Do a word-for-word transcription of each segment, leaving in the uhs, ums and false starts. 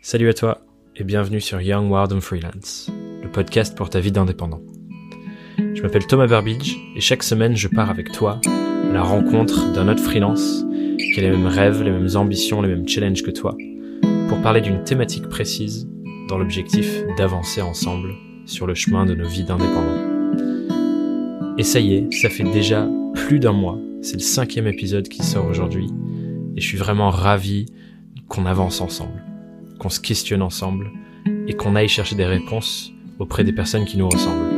Salut à toi et bienvenue sur Young, Wild and Freelance, le podcast pour ta vie d'indépendant. Je m'appelle Thomas Burbidge et chaque semaine je pars avec toi à la rencontre d'un autre freelance qui a les mêmes rêves, les mêmes ambitions, les mêmes challenges que toi pour parler d'une thématique précise dans l'objectif d'avancer ensemble sur le chemin de nos vies d'indépendants. Et ça y est, ça fait déjà plus d'un mois, c'est le cinquième épisode qui sort aujourd'hui et je suis vraiment ravi qu'on avance ensemble, qu'on se questionne ensemble et qu'on aille chercher des réponses auprès des personnes qui nous ressemblent.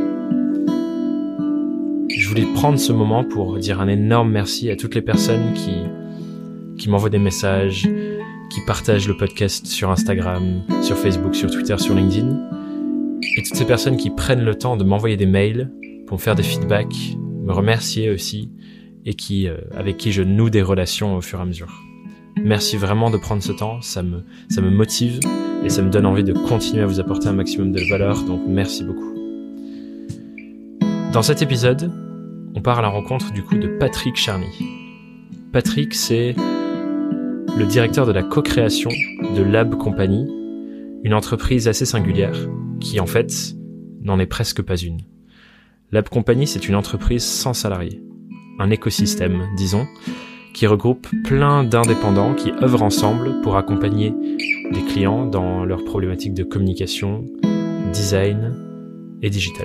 Je voulais prendre ce moment pour dire un énorme merci à toutes les personnes qui, qui m'envoient des messages, qui partagent le podcast sur Instagram, sur Facebook, sur Twitter, sur LinkedIn, et toutes ces personnes qui prennent le temps de m'envoyer des mails pour me faire des feedbacks, me remercier aussi, et qui, euh, avec qui je noue des relations au fur et à mesure. Merci vraiment de prendre ce temps, ça me, ça me motive et ça me donne envie de continuer à vous apporter un maximum de valeur, donc merci beaucoup. Dans cet épisode, on part à la rencontre du coup de Patrick Charny. Patrick, c'est le directeur de la co-création de Lab Company, une entreprise assez singulière qui en fait n'en est presque pas une. Lab Company, c'est une entreprise sans salariés, un écosystème, disons, qui regroupe plein d'indépendants qui œuvrent ensemble pour accompagner des clients dans leurs problématiques de communication, design et digital.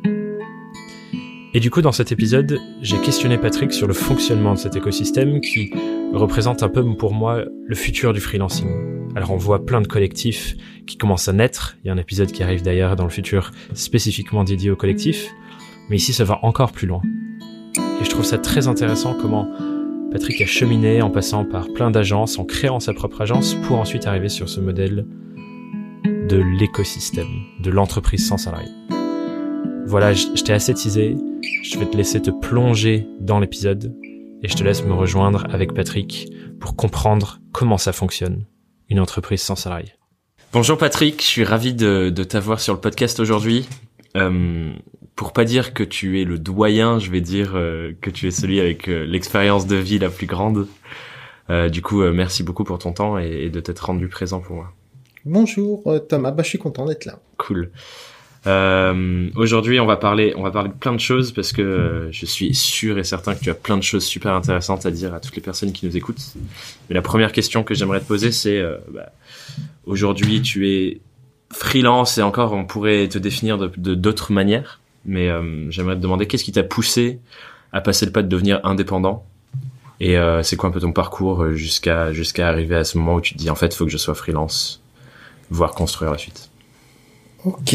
Et du coup, dans cet épisode, j'ai questionné Patrick sur le fonctionnement de cet écosystème qui représente un peu pour moi le futur du freelancing. Alors on voit plein de collectifs qui commencent à naître, il y a un épisode qui arrive d'ailleurs dans le futur spécifiquement dédié aux collectifs, mais ici ça va encore plus loin. Et je trouve ça très intéressant comment Patrick a cheminé en passant par plein d'agences, en créant sa propre agence pour ensuite arriver sur ce modèle de l'écosystème, de l'entreprise sans salarié. Voilà, je, je t'ai assez teasé, je vais te laisser te plonger dans l'épisode et je te laisse me rejoindre avec Patrick pour comprendre comment ça fonctionne, une entreprise sans salarié. Bonjour Patrick, je suis ravi de, de t'avoir sur le podcast aujourd'hui. Euh, pour pas dire que tu es le doyen, je vais dire euh, que tu es celui avec euh, l'expérience de vie la plus grande. Euh, du coup, euh, merci beaucoup pour ton temps et, et de t'être rendu présent pour moi. Bonjour euh, Thomas, bah je suis content d'être là. Cool. Euh, aujourd'hui, on va parler, on va parler de plein de choses parce que euh, je suis sûr et certain que tu as plein de choses super intéressantes à dire à toutes les personnes qui nous écoutent. Mais la première question que j'aimerais te poser, c'est euh, bah, aujourd'hui, tu es freelance et encore, on pourrait te définir de, de d'autres manières. Mais euh, j'aimerais te demander qu'est-ce qui t'a poussé à passer le pas de devenir indépendant et euh, c'est quoi un peu ton parcours jusqu'à jusqu'à arriver à ce moment où tu te dis en fait, il faut que je sois freelance, voire construire la suite. Ok.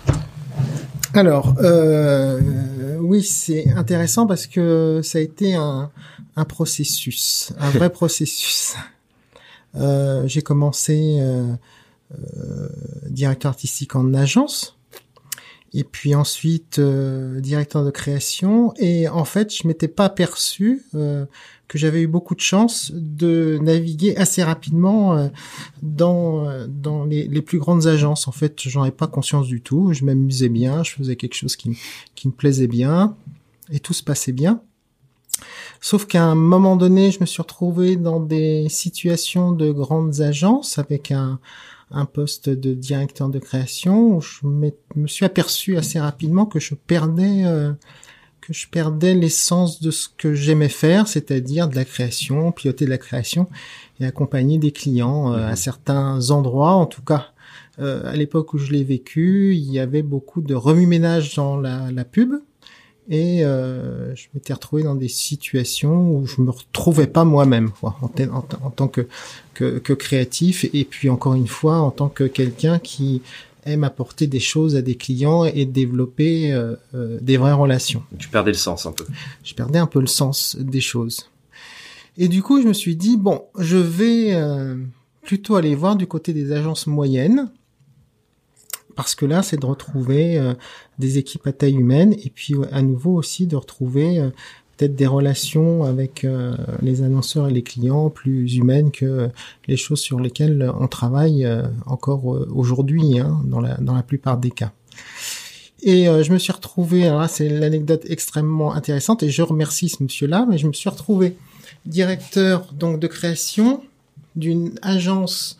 Alors, euh, oui, c'est intéressant parce que ça a été un, un processus, un vrai processus. Euh, j'ai commencé euh, euh, directeur artistique en agence, et puis ensuite euh, directeur de création. Et en fait, je m'étais pas aperçu euh, que j'avais eu beaucoup de chance de naviguer assez rapidement euh, dans dans les, les plus grandes agences. En fait, j'en avais pas conscience du tout. Je m'amusais bien, je faisais quelque chose qui qui me plaisait bien, et tout se passait bien. Sauf qu'à un moment donné, je me suis retrouvé dans des situations de grandes agences avec un un poste de directeur de création où je me suis aperçu assez rapidement que je perdais euh, que je perdais l'essence de ce que j'aimais faire, c'est-à-dire de la création, piloter de la création et accompagner des clients euh, à certains endroits. En tout cas, euh, à l'époque où je l'ai vécu, il y avait beaucoup de remue-ménage dans la, la pub. Et euh, je m'étais retrouvé dans des situations où je me retrouvais pas moi-même, quoi, en, t- en, t- en tant que, que que créatif, et puis encore une fois en tant que quelqu'un qui aime apporter des choses à des clients et développer euh, euh, des vraies relations. Tu perdais le sens un peu. Je perdais un peu le sens des choses. Et du coup, je me suis dit bon, je vais euh, plutôt aller voir du côté des agences moyennes. Parce que là, c'est de retrouver euh, des équipes à taille humaine et puis à nouveau aussi de retrouver euh, peut-être des relations avec euh, les annonceurs et les clients plus humaines que euh, les choses sur lesquelles on travaille euh, encore euh, aujourd'hui, hein, dans la dans la plupart des cas. Et euh, je me suis retrouvé, alors là, c'est l'anecdote extrêmement intéressante et je remercie ce monsieur-là, mais je me suis retrouvé directeur donc de création d'une agence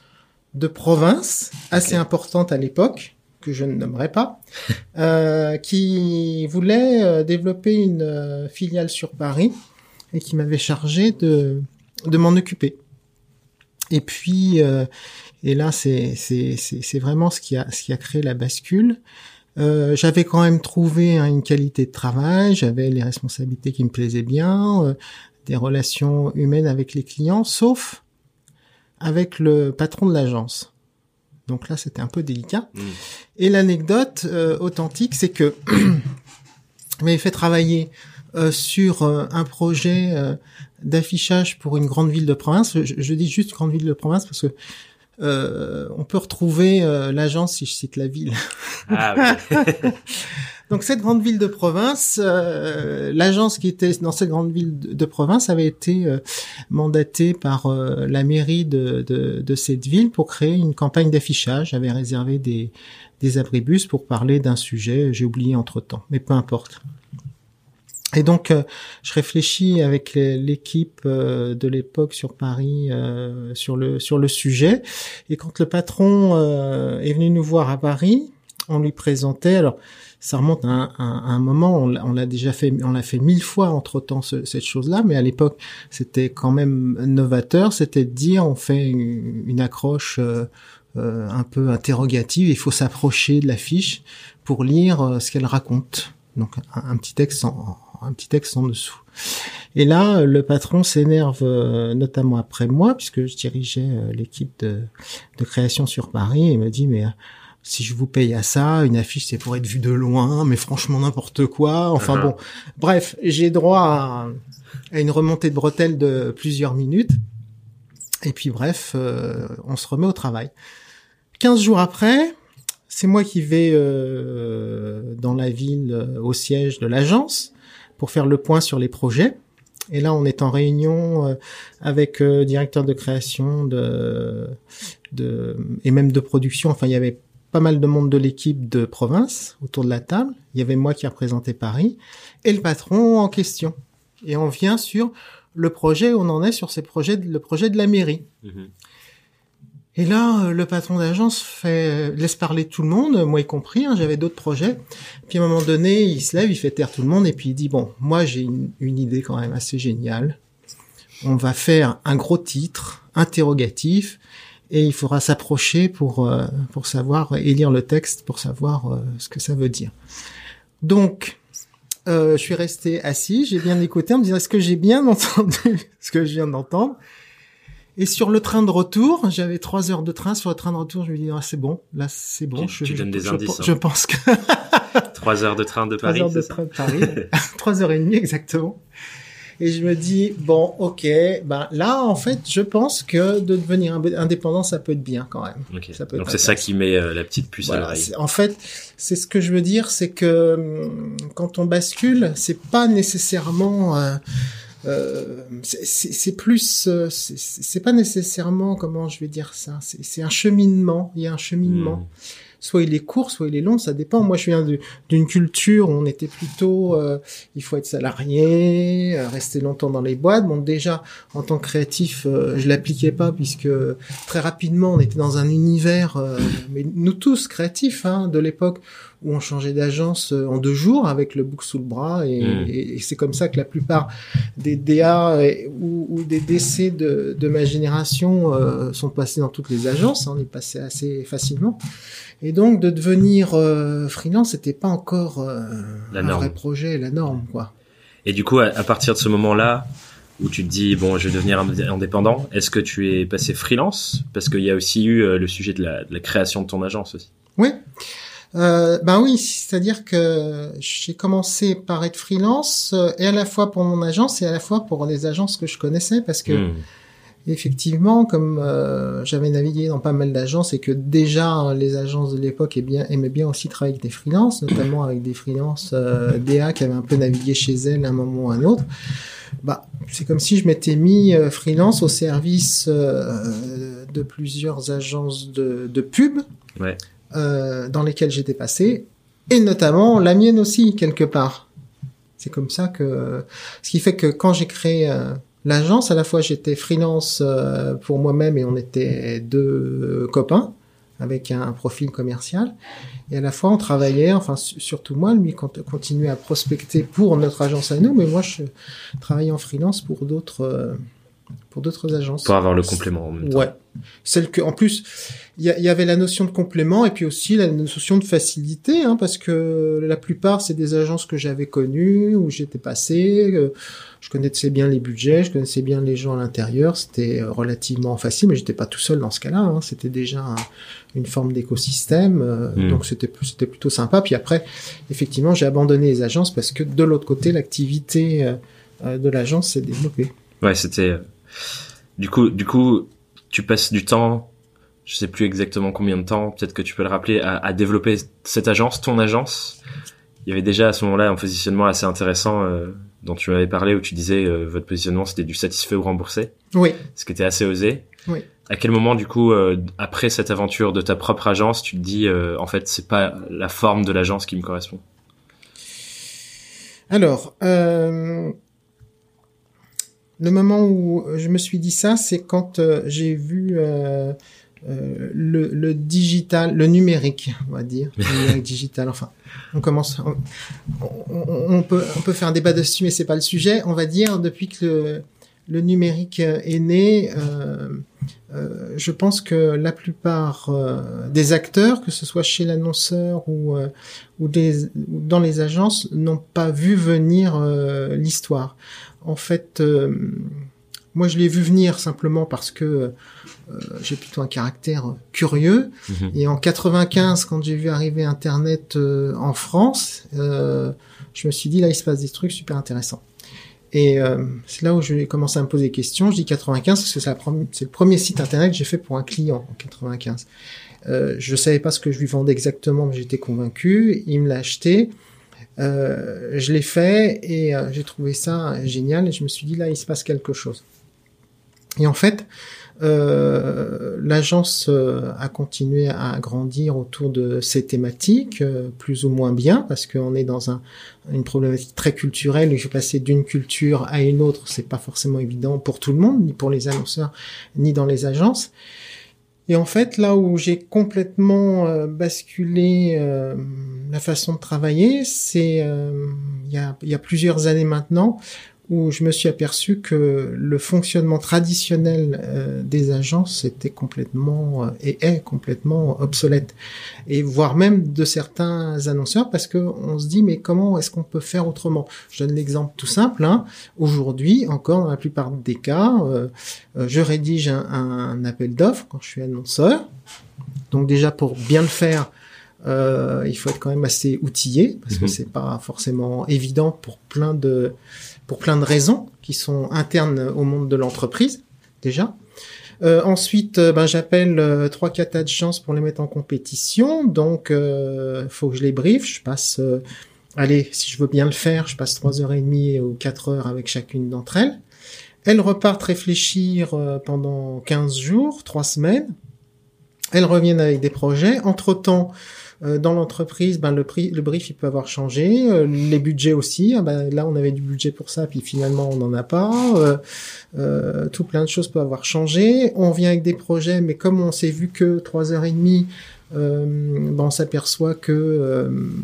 de province assez okay. importante à l'époque, que je ne nommerai pas, euh, qui voulait euh, développer une euh, filiale sur Paris et qui m'avait chargé de de m'en occuper. Et puis euh, et là c'est c'est c'est c'est vraiment ce qui a ce qui a créé la bascule. Euh, j'avais quand même trouvé hein, une qualité de travail, j'avais les responsabilités qui me plaisaient bien, euh, des relations humaines avec les clients, sauf avec le patron de l'agence. Donc là, c'était un peu délicat. Mmh. Et l'anecdote euh, authentique, c'est que il m'avait fait travailler euh, sur euh, un projet euh, d'affichage pour une grande ville de province. Je, je dis juste grande ville de province parce que euh, on peut retrouver euh, l'agence si je cite la ville. Ah oui. Donc cette grande ville de province, euh, l'agence qui était dans cette grande ville de, de province avait été euh, mandatée par euh, la mairie de, de, de cette ville pour créer une campagne d'affichage. J'avais réservé des, des abribus pour parler d'un sujet, j'ai oublié entre-temps, mais peu importe. Et donc, euh, je réfléchis avec l'équipe euh, de l'époque sur Paris euh, sur le sur le sujet. Et quand le patron euh, est venu nous voir à Paris, on lui présentait. Alors, ça remonte à un, à un moment. On, on l'a déjà fait, on l'a fait mille fois entre temps ce, cette chose-là. Mais à l'époque, c'était quand même novateur. C'était de dire, on fait une, une accroche euh, euh, un peu interrogative. Il faut s'approcher de l'affiche pour lire euh, ce qu'elle raconte. Donc, un, un petit texte en un petit texte en dessous. Et là, le patron s'énerve euh, notamment après moi, puisque je dirigeais euh, l'équipe de, de création sur Paris, et me dit, mais euh, si je vous paye à ça, une affiche, c'est pour être vu de loin, mais franchement n'importe quoi. Enfin uh-huh. bon, bref, j'ai droit à, à une remontée de bretelles de plusieurs minutes. Et puis bref, euh, on se remet au travail. Quinze jours après, c'est moi qui vais euh, dans la ville, euh, au siège de l'agence, pour faire le point sur les projets. Et là, on est en réunion euh, avec euh, directeur de création de, de et même de production. Enfin, il y avait pas mal de monde de l'équipe de province autour de la table. Il y avait moi qui représentais Paris et le patron en question. Et on vient sur le projet, on en est sur ces projets, le projet de la mairie. Mmh. Et là, le patron d'agence fait laisse parler tout le monde, moi y compris, hein, j'avais d'autres projets. Puis à un moment donné, il se lève, il fait taire tout le monde et puis il dit « Bon, moi j'ai une, une idée quand même assez géniale. On va faire un gros titre, interrogatif, et il faudra s'approcher pour euh, pour savoir, et lire le texte pour savoir euh, ce que ça veut dire. » Donc, euh, je suis resté assis, j'ai bien écouté en me disant « Est-ce que j'ai bien entendu ce que je viens d'entendre ?» Et sur le train de retour, j'avais trois heures de train. Sur le train de retour, je me dis, ah, c'est bon. Là, c'est bon. Tu, je, tu donnes je, des je, indices. Je, je hein. pense que... Trois heures de train de Paris, Trois heures de ça train de Paris. Trois heures et demie, exactement. Et je me dis, bon, ok, ben là, en fait, je pense que de devenir indépendant, ça peut être bien quand même. Okay. Ça peut Donc, c'est ça qui met euh, la petite puce voilà, à l'oreille. En fait, c'est ce que je veux dire, c'est que hum, quand on bascule, c'est pas nécessairement... Euh, Euh, c'est, c'est, c'est plus, euh, c'est, c'est pas nécessairement, comment je vais dire ça, c'est, c'est un cheminement, il y a un cheminement. Mmh. Soit il est court, soit il est long, ça dépend. Moi, je viens de, d'une culture où on était plutôt, euh, il faut être salarié, euh, rester longtemps dans les boîtes. Bon, déjà, en tant que créatif, euh, je l'appliquais pas puisque très rapidement, on était dans un univers, euh, mais nous tous créatifs, hein, de l'époque où on changeait d'agence en deux jours avec le book sous le bras et, mmh. et, et c'est comme ça que la plupart des D A et, ou, ou des D C de, de ma génération euh, sont passés dans toutes les agences. Hein, on est passé assez facilement. Et donc, de devenir euh, freelance, c'était pas encore euh, un norme. vrai projet, la norme, quoi. Et du coup, à, à partir de ce moment-là, où tu te dis, bon, je vais devenir indépendant, est-ce que tu es passé freelance ? Parce qu'il y a aussi eu euh, le sujet de la, de la création de ton agence aussi. Oui. Euh, ben oui, c'est-à-dire que j'ai commencé par être freelance, euh, et à la fois pour mon agence, et à la fois pour les agences que je connaissais, parce que... Mmh. Effectivement, comme euh, j'avais navigué dans pas mal d'agences et que déjà les agences de l'époque aimaient bien, aimaient bien aussi travailler avec des freelances, notamment avec des freelances euh, D A qui avaient un peu navigué chez elles à un moment ou à un autre, bah, c'est comme si je m'étais mis euh, freelance au service euh, de plusieurs agences de, de pub ouais. euh, dans lesquelles j'étais passé, et notamment la mienne aussi, quelque part. C'est comme ça que... Ce qui fait que quand j'ai créé... Euh, l'agence. À la fois, j'étais freelance euh, pour moi-même et on était deux copains avec un, un profil commercial. Et à la fois, on travaillait, enfin surtout moi, lui continuait à prospecter pour notre agence à nous, mais moi, je travaillais en freelance pour d'autres euh, pour d'autres agences. Pour avoir le complément en même temps. Ouais. Celle que, en plus, il y, y avait la notion de complément et puis aussi la notion de facilité, hein, parce que la plupart, c'est des agences que j'avais connues, où j'étais passé, euh, je connaissais bien les budgets, je connaissais bien les gens à l'intérieur, c'était relativement facile, mais j'étais pas tout seul dans ce cas-là, hein, c'était déjà un, une forme d'écosystème, euh, mmh. donc c'était, c'était plutôt sympa. Puis après, effectivement, j'ai abandonné les agences parce que de l'autre côté, l'activité euh, de l'agence s'est développée. Ouais, c'était... Du coup, du coup, tu passes du temps, je sais plus exactement combien de temps, peut-être que tu peux le rappeler, à, à développer cette agence, ton agence. Il y avait déjà à ce moment-là un positionnement assez intéressant euh, dont tu m'avais parlé, où tu disais euh, votre positionnement c'était du satisfait ou remboursé. Oui. Ce qui était assez osé. Oui. À quel moment, du coup, euh, après cette aventure de ta propre agence, tu te dis, euh, en fait, c'est pas la forme de l'agence qui me correspond? Alors, euh... le moment où je me suis dit ça, c'est quand euh, j'ai vu euh, euh, le, le digital, le numérique, on va dire, le numérique digital. Enfin, on commence, on, on, on peut, on peut faire un débat dessus, mais c'est pas le sujet. On va dire depuis que le, le numérique est né, euh, euh, je pense que la plupart euh, des acteurs, que ce soit chez l'annonceur ou euh, ou, des, ou dans les agences, n'ont pas vu venir euh, l'histoire. En fait, euh, moi je l'ai vu venir simplement parce que euh, j'ai plutôt un caractère curieux. Mmh. Et en quatre-vingt-quinze, quand j'ai vu arriver Internet euh, en France, euh, je me suis dit là il se passe des trucs super intéressants. Et euh, c'est là où je vais commencer à me poser des questions. Je dis quatre-vingt-quinze parce que c'est, la prom- c'est le premier site Internet que j'ai fait pour un client en quatre-vingt-quinze. Euh, je savais pas ce que je lui vendais exactement, mais j'étais convaincu. Il me l'a acheté. Euh, je l'ai fait et euh, j'ai trouvé ça génial et je me suis dit là il se passe quelque chose. Et en fait, euh, l'agence euh, a continué à grandir autour de ces thématiques, euh, plus ou moins bien, parce qu'on est dans un, une problématique très culturelle. Et je vais passer d'une culture à une autre, c'est pas forcément évident pour tout le monde, ni pour les annonceurs, ni dans les agences. Et en fait, là où j'ai complètement euh, basculé euh, la façon de travailler, c'est euh, il y a, il y a plusieurs années maintenant, où je me suis aperçu que le fonctionnement traditionnel euh, des agences était complètement euh, et est complètement obsolète, et voire même de certains annonceurs, parce que on se dit mais comment est-ce qu'on peut faire autrement? Je donne l'exemple tout simple. Hein. Aujourd'hui, encore dans la plupart des cas, euh, euh, je rédige un, un appel d'offres quand je suis annonceur. Donc déjà pour bien le faire, euh, il faut être quand même assez outillé, parce mmh. que c'est pas forcément évident pour plein de pour plein de raisons qui sont internes au monde de l'entreprise, déjà. Euh, ensuite, euh, ben, j'appelle euh, trois, quatre agences pour les mettre en compétition. Donc, euh, faut que je les briefe. Je passe, euh, allez, si je veux bien le faire, je passe trois heures et demie ou quatre heures avec chacune d'entre elles. Elles repartent réfléchir euh, pendant quinze jours, trois semaines. Elles reviennent avec des projets. Entre-temps, Euh, dans l'entreprise, ben le prix, le brief, il peut avoir changé, euh, les budgets aussi. Ah ben là, on avait du budget pour ça, puis finalement, on n'en a pas. Euh, euh, tout plein de choses peuvent avoir changé. On vient avec des projets, mais comme on s'est vu que trois heures et demie, euh, ben on s'aperçoit que euh,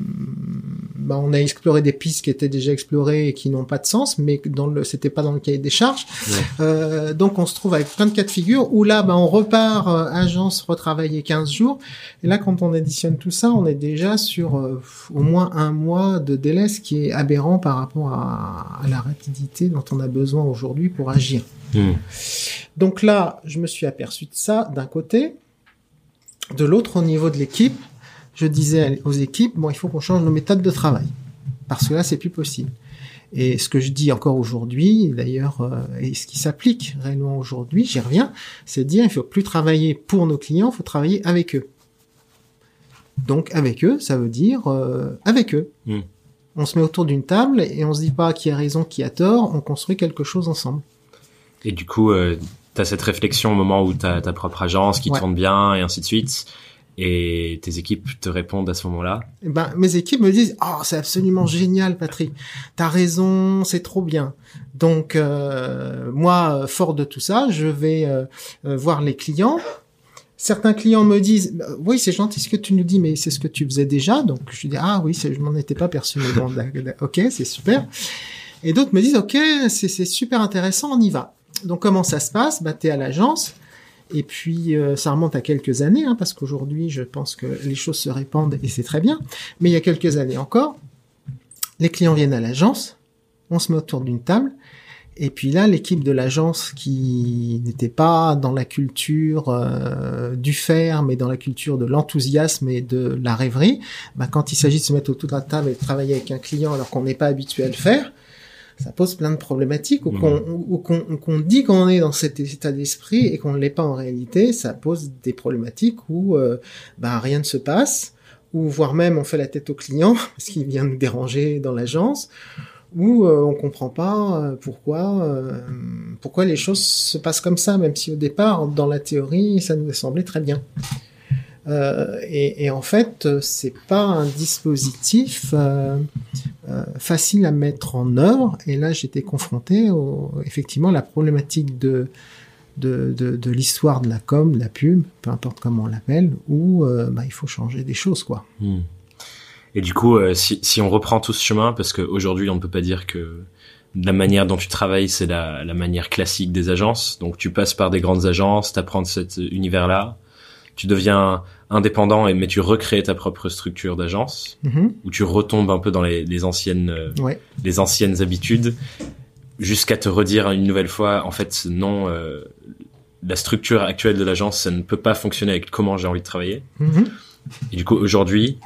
ben on a exploré des pistes qui étaient déjà explorées et qui n'ont pas de sens, mais dans le, c'était pas dans le cahier des charges. Ouais. Euh, donc on se trouve avec plein de cas de figure où là, ben on repart euh, agence retravailler quinze jours. Et là, quand on additionne tout ça, on est déjà sur euh, au moins un mois de délai, ce qui est aberrant par rapport à, à la rapidité dont on a besoin aujourd'hui pour agir. Mmh. Donc là, je me suis aperçu de ça d'un côté. De l'autre, au niveau de l'équipe, je disais aux équipes, bon, il faut qu'on change nos méthodes de travail, parce que là, c'est plus possible. Et ce que je dis encore aujourd'hui, d'ailleurs, euh, et ce qui s'applique réellement aujourd'hui, j'y reviens, c'est de dire, il faut plus travailler pour nos clients, il faut travailler avec eux. Donc, avec eux, ça veut dire euh, avec eux. Mmh. On se met autour d'une table et on se dit pas qui a raison, qui a tort, on construit quelque chose ensemble. Et du coup, euh, t'as cette réflexion au moment où t'as ta propre agence qui ouais. tourne bien et ainsi de suite. Et tes équipes te répondent à ce moment-là? Eh ben, mes équipes me disent, oh, c'est absolument génial, Patrick. T'as raison, c'est trop bien. Donc, euh, moi, fort de tout ça, je vais euh, euh, voir les clients. Certains clients me disent, oui, c'est gentil ce que tu nous dis, mais c'est ce que tu faisais déjà. Donc, je dis, ah oui, c'est, je m'en étais pas persuadé. Bon, ok, c'est super. Et d'autres me disent, ok, c'est, c'est super intéressant, on y va. Donc, comment ça se passe? Bah, t'es à l'agence. Et puis, euh, ça remonte à quelques années, hein, parce qu'aujourd'hui, je pense que les choses se répandent et c'est très bien. Mais il y a quelques années encore, les clients viennent à l'agence, on se met autour d'une table, et puis là, l'équipe de l'agence qui n'était pas dans la culture euh, du faire, mais dans la culture de l'enthousiasme et de la rêverie, bah, quand il s'agit de se mettre autour de la table et de travailler avec un client alors qu'on n'est pas habitué à le faire, ça pose plein de problématiques, ou mmh. qu'on, ou qu'on, qu'on dit qu'on est dans cet état d'esprit et qu'on ne l'est pas en réalité, ça pose des problématiques où euh, bah, rien ne se passe, ou voire même on fait la tête au client parce qu'il vient nous déranger dans l'agence, ou euh, on comprend pas euh, pourquoi euh, pourquoi les choses se passent comme ça, même si au départ, dans la théorie, ça nous a semblé très bien. Euh, et, et en fait, c'est pas un dispositif euh, euh, facile à mettre en œuvre. Et là, j'étais confronté au, effectivement, à la problématique de de, de de l'histoire de la com, de la pub, peu importe comment on l'appelle, où euh, bah, il faut changer des choses, quoi. Mmh. Et du coup, euh, si si on reprend tout ce chemin, parce qu'aujourd'hui, on ne peut pas dire que la manière dont tu travailles, c'est la la manière classique des agences. Donc, tu passes par des grandes agences, t'apprends de cet univers-là. Tu deviens indépendant, mais tu recrées ta propre structure d'agence, mmh. où tu retombes un peu dans les, les anciennes, euh, ouais. les anciennes habitudes, jusqu'à te redire une nouvelle fois, en fait, non, euh, la structure actuelle de l'agence, ça ne peut pas fonctionner avec comment j'ai envie de travailler. Mmh. Et du coup, aujourd'hui,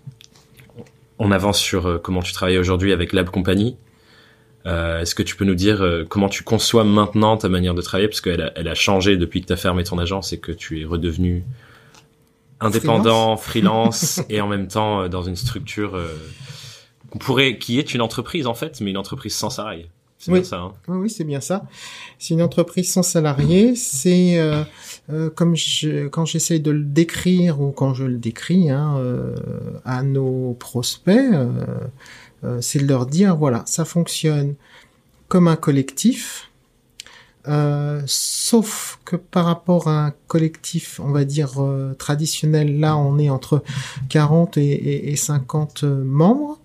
on avance sur euh, comment tu travailles aujourd'hui avec Lab Company. Euh, est-ce que tu peux nous dire euh, comment tu conçois maintenant ta manière de travailler, parce qu'elle a, elle a changé depuis que tu as fermé ton agence et que tu es redevenu indépendant, freelance, freelance et en même temps euh, dans une structure euh, qu'on pourrait, qui est une entreprise en fait, mais une entreprise sans salariés. C'est oui. bien ça. Hein. Oui, oui, c'est bien ça. C'est une entreprise sans salariés. C'est euh, euh, comme je, quand j'essaye de le décrire ou quand je le décris hein, euh, à nos prospects. Euh, Euh, c'est de leur dire, voilà, ça fonctionne comme un collectif, euh, sauf que par rapport à un collectif, on va dire, euh, traditionnel, là, on est entre quarante et, et, et cinquante membres.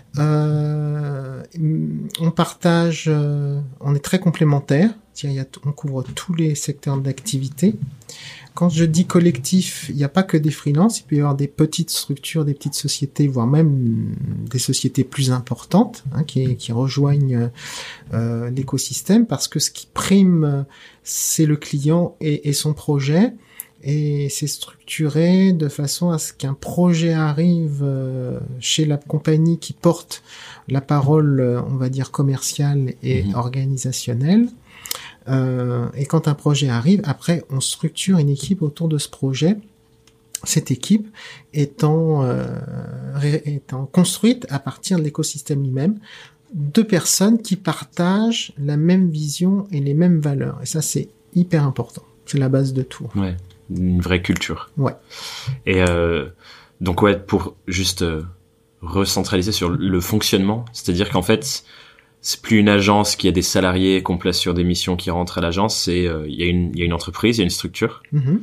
Euh, on partage, euh, on est très complémentaires, c'est-à-dire, il y a, on couvre tous les secteurs d'activité. Quand je dis collectif, il n'y a pas que des freelances, il peut y avoir des petites structures, des petites sociétés, voire même des sociétés plus importantes hein, qui, qui rejoignent euh, l'écosystème, parce que ce qui prime, c'est le client et, et son projet, et c'est structuré de façon à ce qu'un projet arrive euh, chez la compagnie qui porte la parole, on va dire, commerciale et mmh. organisationnelle. Euh, et quand un projet arrive, après, on structure une équipe autour de ce projet. Cette équipe étant, euh, ré, étant construite à partir de l'écosystème lui-même, de personnes qui partagent la même vision et les mêmes valeurs. Et ça, c'est hyper important. C'est la base de tout. Ouais, une vraie culture. Ouais. Et euh, donc, ouais, pour juste euh, recentraliser sur le fonctionnement, c'est-à-dire qu'en fait, c'est plus une agence qui a des salariés qu'on place sur des missions qui rentrent à l'agence. C'est il euh, y a une il y a une entreprise, il y a une structure. Mm-hmm.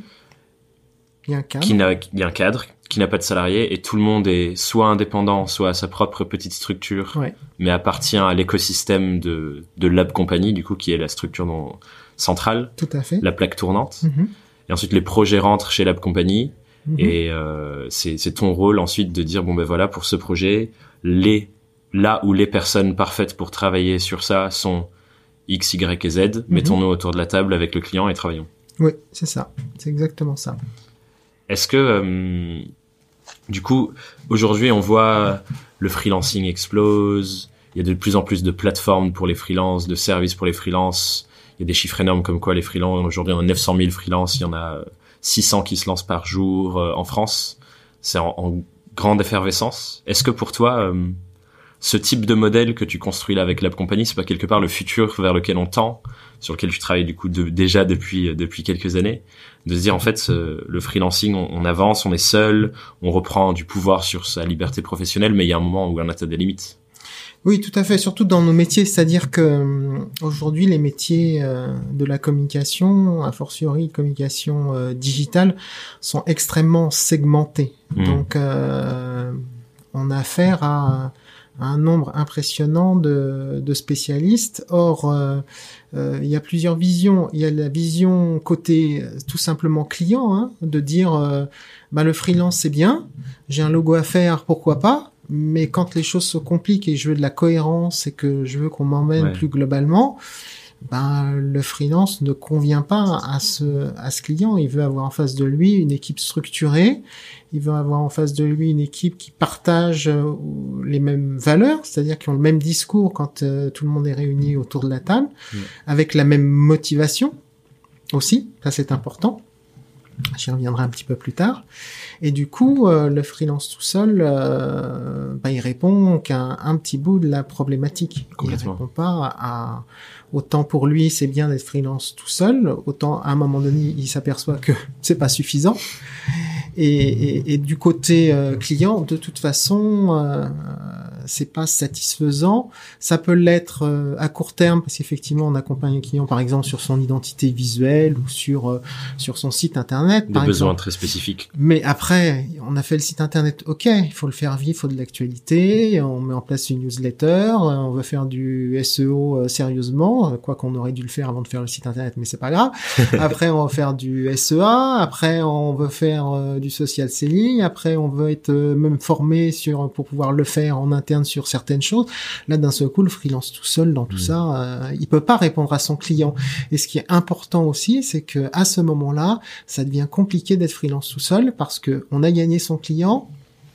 Il y a un cadre. Qui n'a il y a un cadre qui n'a pas de salariés et tout le monde est soit indépendant, soit à sa propre petite structure, ouais. mais appartient à l'écosystème de de Lab Company du coup qui est la structure non, centrale. Tout à fait. La plaque tournante. Mm-hmm. Et ensuite les projets rentrent chez Lab Company mm-hmm. et euh, c'est c'est ton rôle ensuite de dire bon ben voilà pour ce projet les là où les personnes parfaites pour travailler sur ça sont X, Y et Z, mm-hmm. mettons-nous autour de la table avec le client et travaillons. Oui, c'est ça. C'est exactement ça. Est-ce que, euh, du coup, aujourd'hui, on voit le freelancing explose, il y a de plus en plus de plateformes pour les freelances, de services pour les freelances, il y a des chiffres énormes comme quoi les freelances, aujourd'hui on a neuf cent mille freelances, il y en a six cents qui se lancent par jour euh, en France. C'est en, en grande effervescence. Est-ce que pour toi... Euh, ce type de modèle que tu construis là avec Lab Company, c'est pas quelque part le futur vers lequel on tend, sur lequel tu travailles du coup de, déjà depuis depuis quelques années. de se dire en fait euh, le freelancing, on, on avance, on est seul, on reprend du pouvoir sur sa liberté professionnelle, mais il y a un moment où on atteint des limites. Oui, tout à fait, surtout dans nos métiers, c'est-à-dire que euh, aujourd'hui les métiers euh, de la communication, a fortiori communication euh, digitale, sont extrêmement segmentés. Mmh. Donc euh, on a affaire à, à un nombre impressionnant de, de spécialistes. Or, euh, euh, il y a plusieurs visions. Il y a la vision côté tout simplement client, hein, de dire euh, bah le freelance c'est bien, j'ai un logo à faire, pourquoi pas. Mais quand les choses se compliquent et je veux de la cohérence et que je veux qu'on m'emmène ouais. plus globalement, ben le freelance ne convient pas à ce à ce client. Il veut avoir en face de lui une équipe structurée. Il veut avoir en face de lui une équipe qui partage les mêmes valeurs, c'est-à-dire qui ont le même discours quand euh, tout le monde est réuni autour de la table, ouais. avec la même motivation aussi. Ça c'est important. J'y reviendrai un petit peu plus tard. Et du coup, euh, le freelance tout seul, euh, bah, il répond qu'à un, un petit bout de la problématique. Il répond pas à autant pour lui c'est bien d'être freelance tout seul, autant à un moment donné il s'aperçoit que c'est pas suffisant. Et, et, et du côté euh, client, de toute façon, euh, c'est pas satisfaisant. Ça peut l'être euh, à court terme parce qu'effectivement on accompagne un client par exemple sur son identité visuelle ou sur euh, sur son site internet. Des par besoins exemple. très spécifiques. Mais après, on a fait le site internet, ok, il faut le faire vivre, il faut de l'actualité, on met en place une newsletter, on veut faire du S E O euh, sérieusement, quoi qu'on aurait dû le faire avant de faire le site internet, mais c'est pas grave. Après, on va faire du S E A, après on veut faire euh, du social selling, après on veut être euh, même formé sur pour pouvoir le faire en interne sur certaines choses. Là, d'un seul coup, le freelance tout seul dans tout mmh. ça, euh, il peut pas répondre à son client. Et ce qui est important aussi, c'est que à ce moment-là, ça devient compliqué d'être freelance tout seul parce que on a gagné son client,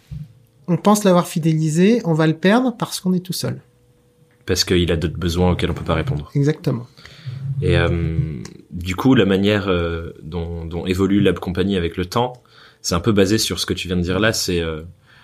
on pense l'avoir fidélisé, on va le perdre parce qu'on est tout seul. Parce qu'il a d'autres besoins auxquels on peut pas répondre. Exactement. Et euh, du coup, la manière euh, dont, dont évolue Lab Company avec le temps, c'est un peu basé sur ce que tu viens de dire là. C'est euh,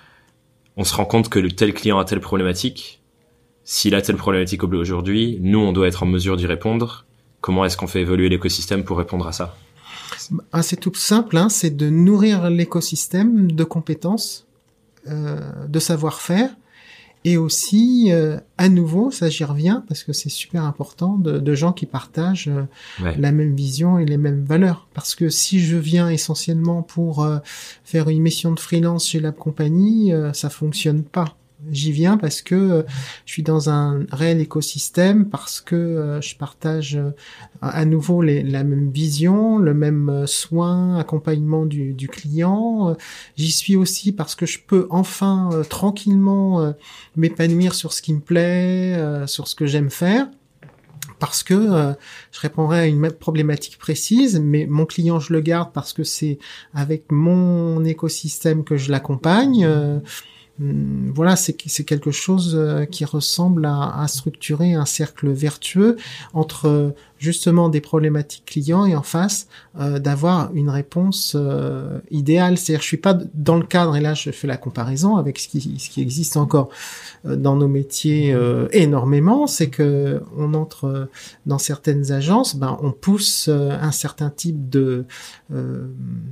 on se rend compte que le tel client a telle problématique. S'il a telle problématique aujourd'hui, nous, on doit être en mesure d'y répondre. Comment est-ce qu'on fait évoluer l'écosystème pour répondre à ça ? Ah, c'est tout simple, hein, c'est de nourrir l'écosystème de compétences, euh, de savoir-faire, et aussi, euh, à nouveau, ça j'y reviens, parce que c'est super important, de, de gens qui partagent euh, ouais. la même vision et les mêmes valeurs. Parce que si je viens essentiellement pour euh, faire une mission de freelance chez Lab Company, euh, ça fonctionne pas. J'y viens parce que euh, je suis dans un réel écosystème, parce que euh, je partage euh, à nouveau les, la même vision, le même euh, soin, accompagnement du, du client. Euh, j'y suis aussi parce que je peux enfin euh, tranquillement euh, m'épanouir sur ce qui me plaît, euh, sur ce que j'aime faire. Parce que euh, je répondrai à une problématique précise, mais mon client, je le garde parce que c'est avec mon écosystème que je l'accompagne. Euh, Voilà, c'est c'est quelque chose qui ressemble à, à structurer un cercle vertueux entre justement des problématiques clients et en face euh, d'avoir une réponse euh, idéale. C'est-à-dire, je suis pas dans le cadre, et là je fais la comparaison avec ce qui ce qui existe encore euh, dans nos métiers euh, énormément, c'est que on entre dans certaines agences, ben on pousse euh, un certain type de euh,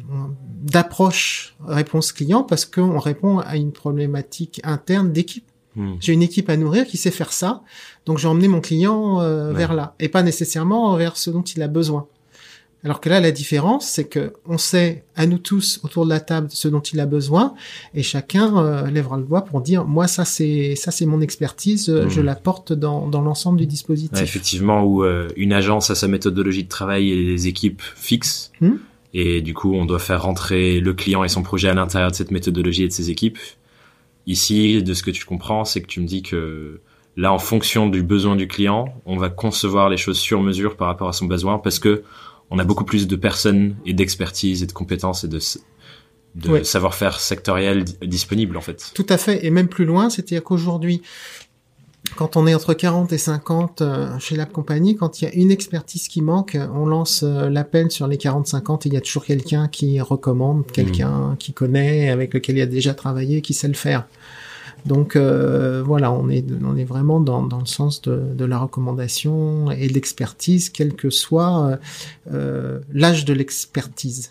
d'approche réponse client parce qu'on répond à une problématique interne d'équipe. Mmh. J'ai une équipe à nourrir qui sait faire ça, donc j'ai emmené mon client euh, ouais. vers là, et pas nécessairement vers ce dont il a besoin. Alors que là, la différence, c'est que on sait, à nous tous, autour de la table, ce dont il a besoin, et chacun euh, lèvera le doigt pour dire, moi, ça, c'est ça, c'est mon expertise, mmh. je la porte dans, dans l'ensemble du dispositif. Ouais, effectivement, où euh, une agence a sa méthodologie de travail et les équipes fixes, mmh. et du coup, on doit faire rentrer le client et son projet à l'intérieur de cette méthodologie et de ses équipes. Ici, de ce que tu comprends, c'est que tu me dis que là, en fonction du besoin du client, on va concevoir les choses sur mesure par rapport à son besoin, parce que on a beaucoup plus de personnes et d'expertise et de compétences et de, de ouais. savoir-faire sectoriel disponible, en fait. Tout à fait. Et même plus loin, c'est-à-dire qu'aujourd'hui, quand on est entre quarante et cinquante euh, chez Lab Company, quand il y a une expertise qui manque, on lance euh, l'appel sur les quarante cinquante et il y a toujours quelqu'un qui recommande, quelqu'un mmh. qui connaît, avec lequel il a déjà travaillé, qui sait le faire. Donc euh, voilà, on est on est vraiment dans dans le sens de de la recommandation et de l'expertise, quel que soit euh, l'âge de l'expertise.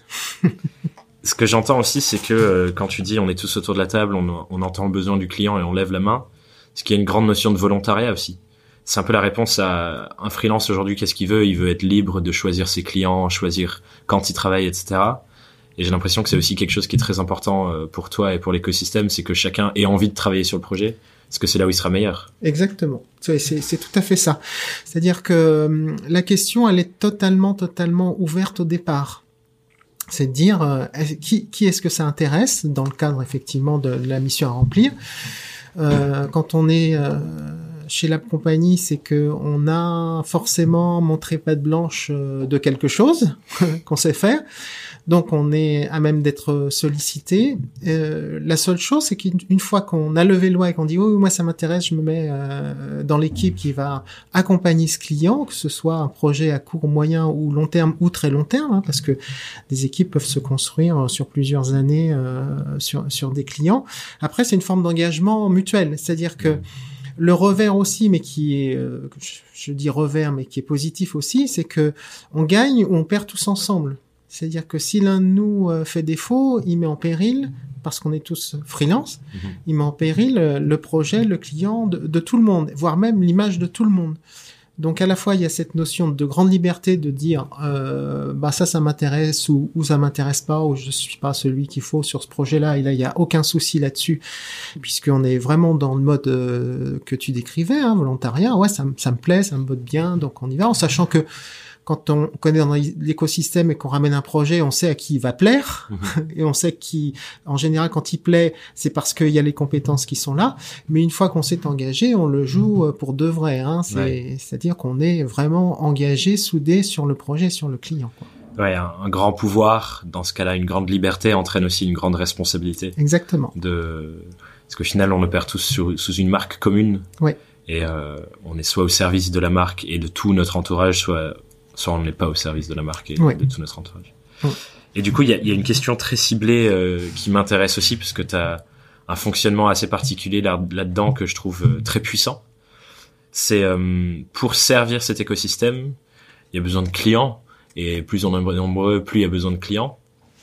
Ce que j'entends aussi, c'est que euh, quand tu dis on est tous autour de la table, on, on entend le besoin du client et on lève la main, c'est qu'il y a une grande notion de volontariat aussi. C'est un peu la réponse à un freelance aujourd'hui, qu'est-ce qu'il veut? Il veut être libre de choisir ses clients, choisir quand il travaille, et cetera. Et j'ai l'impression que c'est aussi quelque chose qui est très important pour toi et pour l'écosystème, c'est que chacun ait envie de travailler sur le projet, parce que c'est là où il sera meilleur. Exactement. C'est, c'est, c'est tout à fait ça. C'est-à-dire que hum, la question, elle est totalement, totalement ouverte au départ. C'est de dire euh, qui, qui est-ce que ça intéresse dans le cadre effectivement de, de la mission à remplir. Euh, quand on est euh, chez Lab Company, c'est que on a forcément montré patte blanche euh, de quelque chose qu'on sait faire. Donc on est à même d'être sollicité. Euh, la seule chose, c'est qu'une fois qu'on a levé le doigt et qu'on dit oh moi ça m'intéresse, je me mets euh, dans l'équipe qui va accompagner ce client, que ce soit un projet à court, moyen ou long terme ou très long terme, hein, parce que des équipes peuvent se construire sur plusieurs années euh, sur sur des clients. Après c'est une forme d'engagement mutuel, c'est-à-dire que le revers aussi, mais qui est, euh, je, je dis revers, mais qui est positif aussi, c'est que on gagne ou on perd tous ensemble. C'est-à-dire que si l'un de nous euh, fait défaut, il met en péril, parce qu'on est tous freelance, mmh. il met en péril euh, le projet, le client de, de tout le monde, voire même l'image de tout le monde. Donc à la fois il y a cette notion de grande liberté de dire euh, bah ça ça m'intéresse ou, ou ça m'intéresse pas ou je suis pas celui qu'il faut sur ce projet-là et là il y a aucun souci là-dessus puisqu'on est vraiment dans le mode euh, que tu décrivais, hein, volontariat. Ouais ça ça me plaît, ça me botte bien, donc on y va en sachant que quand on connaît dans l'écosystème et qu'on ramène un projet, on sait à qui il va plaire mmh. et on sait qui, en général, quand il plaît, c'est parce qu'il y a les compétences qui sont là. Mais une fois qu'on s'est engagé, on le joue pour de vrai. Hein. C'est, ouais. C'est-à-dire qu'on est vraiment engagé, soudé sur le projet, sur le client. Quoi. Ouais, un, un grand pouvoir, dans ce cas-là, une grande liberté entraîne aussi une grande responsabilité. Exactement. De, parce qu'au final, on opère tous sur, sous une marque commune. Ouais. Et euh, on est soit au service de la marque et de tout notre entourage, soit soit on n'est pas au service de la marque et oui. de tout notre entourage. Oui. Et du coup, il y a, y a une question très ciblée euh, qui m'intéresse aussi, parce que tu as un fonctionnement assez particulier là, là-dedans que je trouve euh, très puissant. C'est euh, pour servir cet écosystème, il y a besoin de clients, et plus on est nombreux, plus il y a besoin de clients.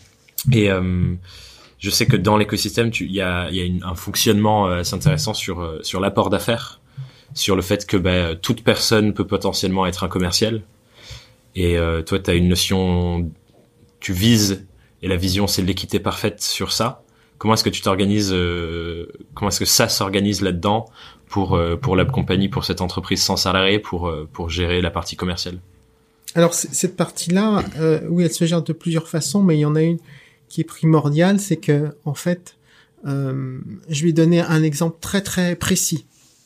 Et euh, je sais que dans l'écosystème, il y a, y a une, un fonctionnement assez intéressant sur, euh, sur l'apport d'affaires, sur le fait que bah, toute personne peut potentiellement être un commercial. Et euh, toi, tu as une notion, tu vises, et la vision, c'est l'équité parfaite sur ça. Comment est-ce que tu t'organises, euh, comment est-ce que ça s'organise là-dedans pour euh, pour Lab Company, pour cette entreprise sans salarié, pour euh, pour gérer la partie commerciale? Alors cette partie-là, euh, oui, elle se gère de plusieurs façons, mais il y en a une qui est primordiale, c'est que en fait, euh, je vais donner un exemple très très précis.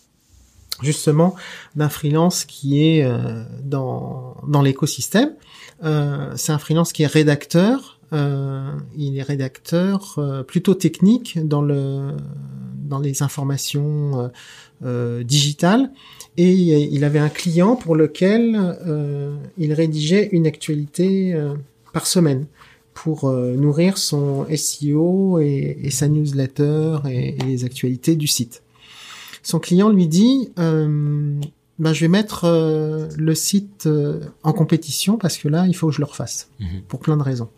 Justement d'un freelance qui est euh, dans dans l'écosystème. Euh, c'est un freelance qui est rédacteur. Euh, il est rédacteur euh, plutôt technique dans le dans les informations euh, euh, digitales. Et il avait un client pour lequel euh, il rédigeait une actualité euh, par semaine pour euh, nourrir son S E O et, et sa newsletter et, et les actualités du site. Son client lui dit euh, ben je vais mettre euh, le site euh, en compétition parce que là il faut que je le refasse mmh. pour plein de raisons.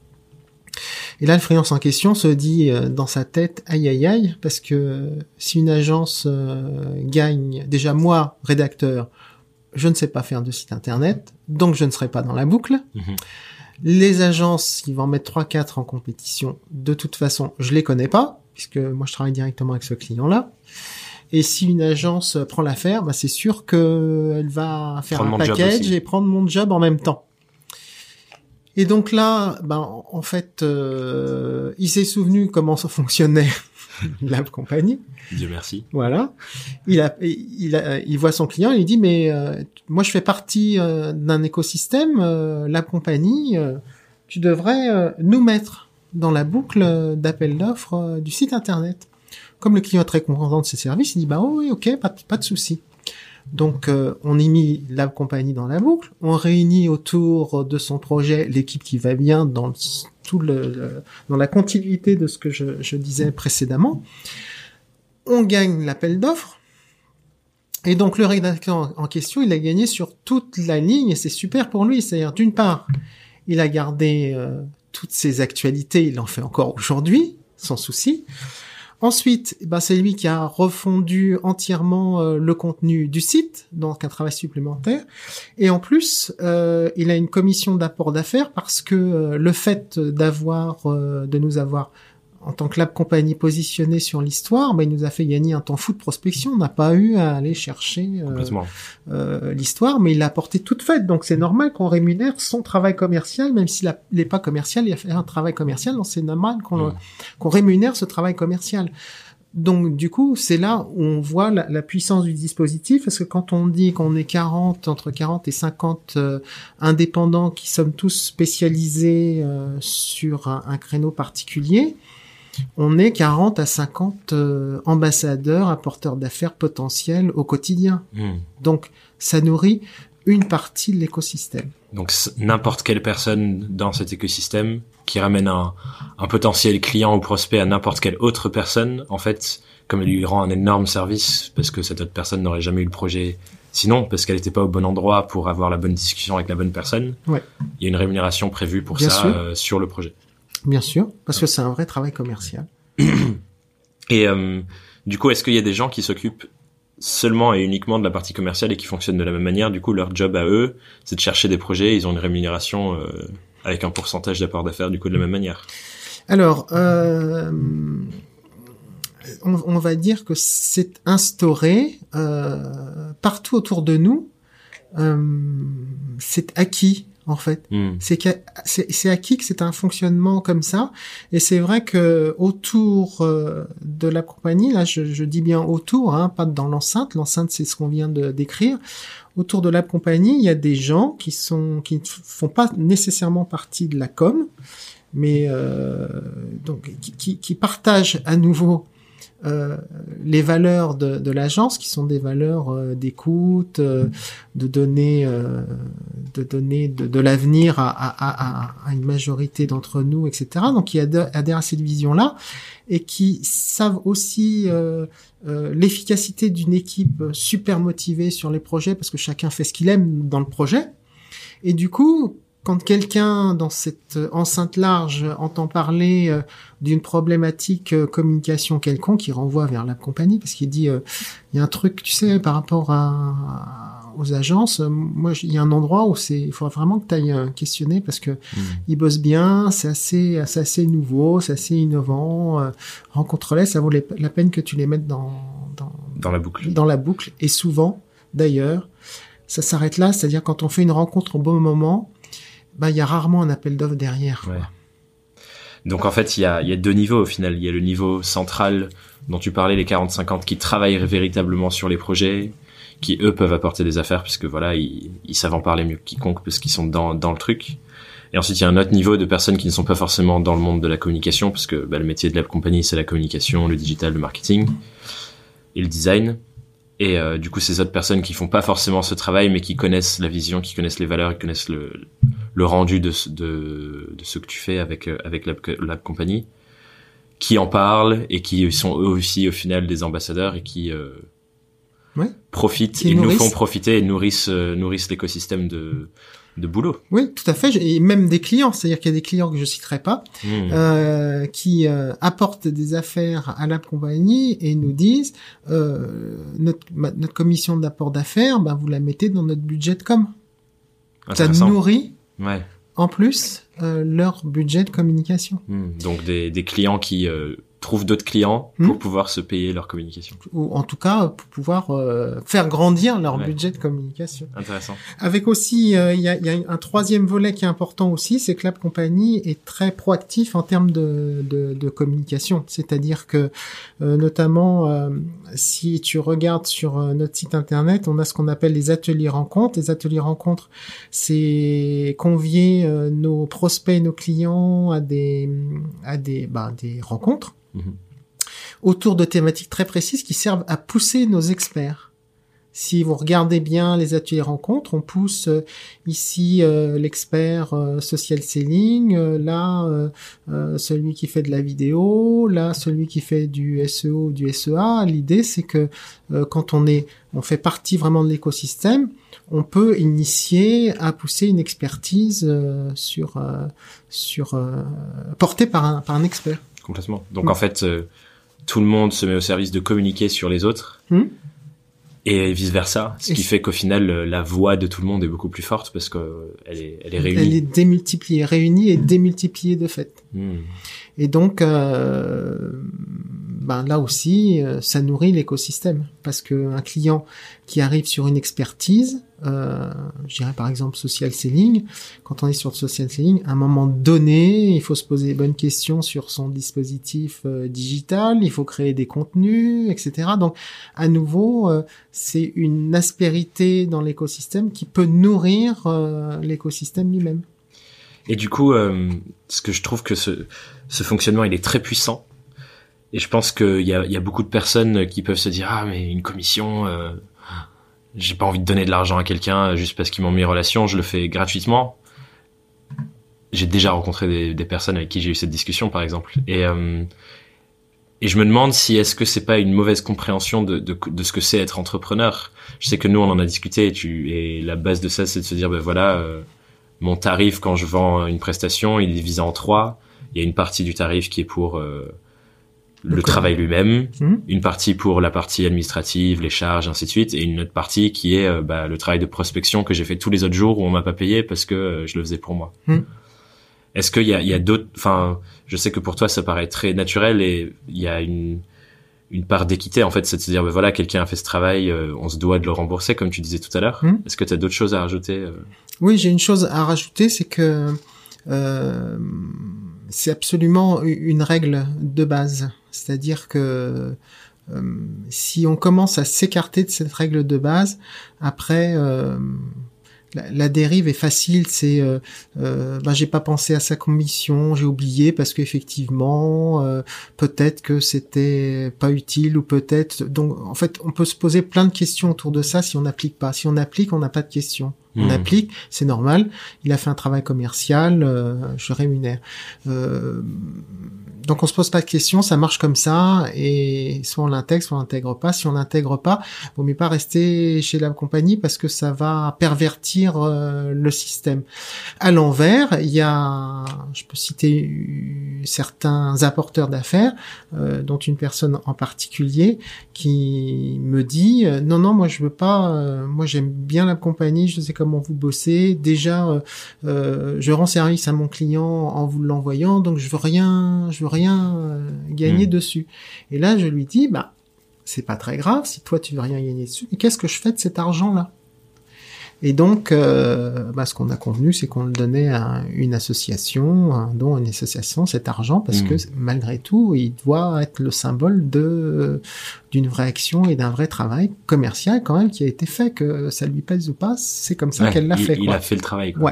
Et là le freelance en question se dit euh, dans sa tête aïe aïe aïe parce que si une agence euh, gagne, déjà moi rédacteur je ne sais pas faire de site internet donc je ne serai pas dans la boucle. Mmh. Les agences qui vont mettre trois quatre en compétition de toute façon je les connais pas puisque moi je travaille directement avec ce client là. Et si une agence prend l'affaire, bah c'est sûr que elle va faire prendre un package et prendre mon job en même temps. Et donc là, ben en fait, euh, il s'est souvenu comment ça fonctionnait Lab Company. Dieu merci. Voilà. Il a, il a, il voit son client, il lui dit mais euh, moi je fais partie euh, d'un écosystème, euh, Lab Company, euh, tu devrais euh, nous mettre dans la boucle d'appel d'offres euh, du site internet. Comme le client est très content de ses services, il dit bah oh, oui ok pas de, pas de souci. Donc euh, on y met Lab Company dans la boucle, on réunit autour de son projet l'équipe qui va bien dans le, tout le, le dans la continuité de ce que je, je disais précédemment. on gagne l'appel d'offres. Et donc, le rédacteur en question, il a gagné sur toute la ligne et c'est super pour lui. C'est-à-dire, d'une part, il a gardé euh, toutes ses actualités, il en fait encore aujourd'hui, sans souci. Ensuite, ben, c'est lui qui a refondu entièrement euh, le contenu du site, donc un travail supplémentaire. Et en plus, euh, il a une commission d'apport d'affaires parce que euh, le fait d'avoir, euh, de nous avoir en tant que Lab Company positionné sur l'histoire, ben, il nous a fait gagner un temps fou de prospection. On n'a pas eu à aller chercher euh, euh, l'histoire, mais il l'a apporté toute faite. Donc c'est normal qu'on rémunère son travail commercial, même s'il n'est pas commercial, il a fait un travail commercial. Donc c'est normal qu'on, mmh. qu'on rémunère ce travail commercial. Donc du coup, c'est là où on voit la, la puissance du dispositif, parce que quand on dit qu'on est quarante, entre quarante et cinquante euh, indépendants qui sommes tous spécialisés euh, sur un, un créneau particulier, on est quarante à cinquante euh, ambassadeurs, apporteurs d'affaires potentiels au quotidien. Mmh. Donc, ça nourrit une partie de l'écosystème. Donc, n'importe quelle personne dans cet écosystème qui ramène un, un potentiel client ou prospect à n'importe quelle autre personne, en fait, comme elle lui rend un énorme service, parce que cette autre personne n'aurait jamais eu le projet sinon, parce qu'elle n'était pas au bon endroit pour avoir la bonne discussion avec la bonne personne, ouais. Il y a une rémunération prévue pour Bien ça euh, sur le projet. Bien sûr, parce que c'est un vrai travail commercial. Et euh, du coup, est-ce qu'il y a des gens qui s'occupent seulement et uniquement de la partie commerciale et qui fonctionnent de la même manière? Du coup, leur job à eux, c'est de chercher des projets, ils ont une rémunération euh, avec un pourcentage d'apport d'affaires, du coup, de la même manière. Alors, euh, on, on va dire que c'est instauré euh, partout autour de nous. Euh, c'est acquis. En fait, mmh. c'est, c'est, c'est acquis que c'est un fonctionnement comme ça, et c'est vrai que autour euh, de la compagnie, là, je, je dis bien autour, hein, pas dans l'enceinte. L'enceinte, c'est ce qu'on vient de décrire. Autour de la compagnie, il y a des gens qui sont qui ne font pas nécessairement partie de la com, mais euh, donc qui, qui, qui partagent à nouveau Euh, les valeurs de, de l'agence, qui sont des valeurs euh, d'écoute, euh, de donner, euh, de donner de, de l'avenir à, à, à, à une majorité d'entre nous, et cetera. Donc, qui adhèrent à cette vision-là et qui savent aussi euh, euh, l'efficacité d'une équipe super motivée sur les projets, parce que chacun fait ce qu'il aime dans le projet. Et du coup, quand quelqu'un dans cette enceinte large entend parler euh, d'une problématique euh, communication quelconque, il renvoie vers la compagnie, parce qu'il dit il euh, y a un truc, tu sais, par rapport à, à aux agences, euh, moi il y a un endroit où c'est il faudra vraiment que tu ailles euh, questionner, parce que mmh. ils bossent bien, c'est assez c'est assez nouveau, c'est assez innovant, euh, rencontre-les, ça vaut les, la peine que tu les mettes dans dans dans la boucle. Dans la boucle et souvent d'ailleurs, ça s'arrête là, c'est-à-dire quand on fait une rencontre au bon moment, bah, il y a rarement un appel d'offres derrière. Ouais. Donc, en fait, il y a, il y a deux niveaux, au final. Il y a le niveau central dont tu parlais, les quarante cinquante, qui travaillent véritablement sur les projets, qui, eux, peuvent apporter des affaires, puisque voilà, ils, ils savent en parler mieux que quiconque, parce qu'ils sont dans, dans le truc. Et ensuite, il y a un autre niveau de personnes qui ne sont pas forcément dans le monde de la communication, parce que, bah, le métier de la compagnie, c'est la communication, le digital, le marketing et le design. Et euh, du coup, ces autres personnes qui font pas forcément ce travail, mais qui connaissent la vision, qui connaissent les valeurs, qui connaissent le, le rendu de, de, de ce que tu fais avec, avec la, la compagnie, qui en parlent et qui sont eux aussi, au final, des ambassadeurs et qui euh, ouais. profitent qui et nourrissent. Nous font profiter et nourrissent, euh, nourrissent l'écosystème de, de boulot. Oui, tout à fait. Et même des clients, c'est-à-dire qu'il y a des clients que je citerai pas, mmh. euh, qui euh, apportent des affaires à la compagnie et nous disent euh, notre, notre commission d'apport d'affaires, ben vous la mettez dans notre budget de com. Ça nourrit ouais. en plus euh, leur budget de communication. Mmh. Donc des, des clients qui euh, trouvent d'autres clients pour mmh. pouvoir se payer leur communication. Ou en tout cas pour pouvoir euh, faire grandir leur ouais. budget de communication. Intéressant. Avec aussi, il euh, y, a, y a un troisième volet qui est important aussi, c'est que Lab Company est très proactif en termes de, de, de communication. C'est-à-dire que euh, notamment euh, si tu regardes sur euh, notre site internet, on a ce qu'on appelle les ateliers rencontres. Les ateliers rencontres, c'est convier euh, nos prospects, nos clients à des à des bah, des rencontres. Mmh. Autour de thématiques très précises qui servent à pousser nos experts Si vous regardez bien les ateliers rencontres, on pousse euh, ici euh, l'expert euh, social selling, euh, là euh, euh, celui qui fait de la vidéo, là celui qui fait du S E O, du S E A. L'idée c'est que euh, quand on est, on fait partie vraiment de l'écosystème, on peut initier à pousser une expertise euh, sur euh, sur euh, portée par un par un expert. Complètement. Donc mmh. en fait, euh, tout le monde se met au service de communiquer sur les autres. Mmh. Et vice versa, ce et qui fait qu'au final la voix de tout le monde est beaucoup plus forte parce que elle est elle est réunie. Elle est démultipliée, réunie et démultipliée de fait. Mmh. Et donc euh, ben là aussi ça nourrit l'écosystème parce que un client qui arrive sur une expertise, euh, je dirais par exemple social selling, quand on est sur le social selling, à un moment donné, il faut se poser les bonnes questions sur son dispositif euh, digital, il faut créer des contenus, et cetera. Donc à nouveau, euh, c'est une aspérité dans l'écosystème qui peut nourrir euh, l'écosystème lui-même. Et du coup, euh, ce que je trouve que ce, ce fonctionnement, il est très puissant. Et je pense qu'il y a, il y a beaucoup de personnes qui peuvent se dire « Ah, mais une commission, euh, j'ai pas envie de donner de l'argent à quelqu'un juste parce qu'ils m'ont mis en relation, je le fais gratuitement. » J'ai déjà rencontré des, des personnes avec qui j'ai eu cette discussion, par exemple. Et, euh, et je me demande si est-ce que c'est pas une mauvaise compréhension de, de, de ce que c'est être entrepreneur. Je sais que nous, on en a discuté et, tu, et la base de ça, c'est de se dire « Ben voilà... Euh, mon tarif quand je vends une prestation, il est divisé en trois. Il y a une partie du tarif qui est pour euh, le D'accord. travail lui-même, mmh. une partie pour la partie administrative, les charges, ainsi de suite, et une autre partie qui est euh, bah, le travail de prospection que j'ai fait tous les autres jours où on m'a pas payé parce que euh, je le faisais pour moi. Mmh. Est-ce qu'il y a, il y a d'autres... Enfin, je sais que pour toi, ça paraît très naturel et il y a une... une part d'équité, en fait, c'est de se dire, ben voilà, quelqu'un a fait ce travail, euh, on se doit de le rembourser, comme tu disais tout à l'heure. Mmh. Est-ce que tu as d'autres choses à rajouter euh... Oui, j'ai une chose à rajouter, c'est que euh, c'est absolument une règle de base. C'est-à-dire que euh, si on commence à s'écarter de cette règle de base, après... Euh, La, la dérive est facile, c'est euh, euh, ben j'ai pas pensé à sa commission, j'ai oublié parce qu'effectivement euh, peut-être que c'était pas utile ou peut-être donc en fait on peut se poser plein de questions autour de ça si on n'applique pas. Si on applique, on n'a pas de questions. Mmh. On applique, c'est normal. Il a fait un travail commercial, euh, je rémunère. Euh, donc on se pose pas de questions, ça marche comme ça et soit on l'intègre, soit on l'intègre pas. Si on l'intègre pas, vaut mieux pas rester chez la compagnie parce que ça va pervertir euh, le système. À l'envers, il y a, je peux citer certains apporteurs d'affaires, euh, dont une personne en particulier qui me dit euh, non non moi je veux pas, euh, moi j'aime bien la compagnie, je sais comment vous bossez. Déjà, euh, euh, je rends service à mon client en vous l'envoyant, donc je veux rien, je veux rien euh, gagner mmh. dessus. Et là, je lui dis, bah, c'est pas très grave si toi tu veux rien gagner dessus. Mais qu'est-ce que je fais de cet argent-là ? Et donc, euh, bah, ce qu'on a convenu, c'est qu'on le donnait à une association, un don à une association, cet argent, parce mmh. que malgré tout, il doit être le symbole de d'une vraie action et d'un vrai travail commercial quand même qui a été fait, que ça lui pèse ou pas, c'est comme ça ouais, qu'elle l'a il, fait. Il quoi. a fait le travail. Quoi. Ouais.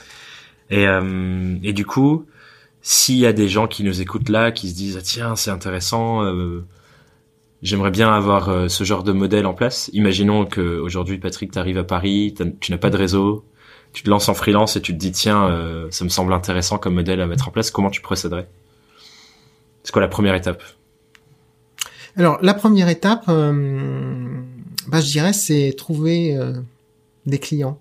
Et euh, et du coup, s'il y a des gens qui nous écoutent là, qui se disent ah, tiens c'est intéressant. Euh, J'aimerais bien avoir euh, ce genre de modèle en place. Imaginons que aujourd'hui, Patrick, t'arrives à Paris, tu n'as pas de réseau, tu te lances en freelance et tu te dis tiens, euh, ça me semble intéressant comme modèle à mettre en place. Comment tu procéderais ? C'est quoi la première étape ? Alors la première étape, euh, bah je dirais, c'est trouver euh, des clients,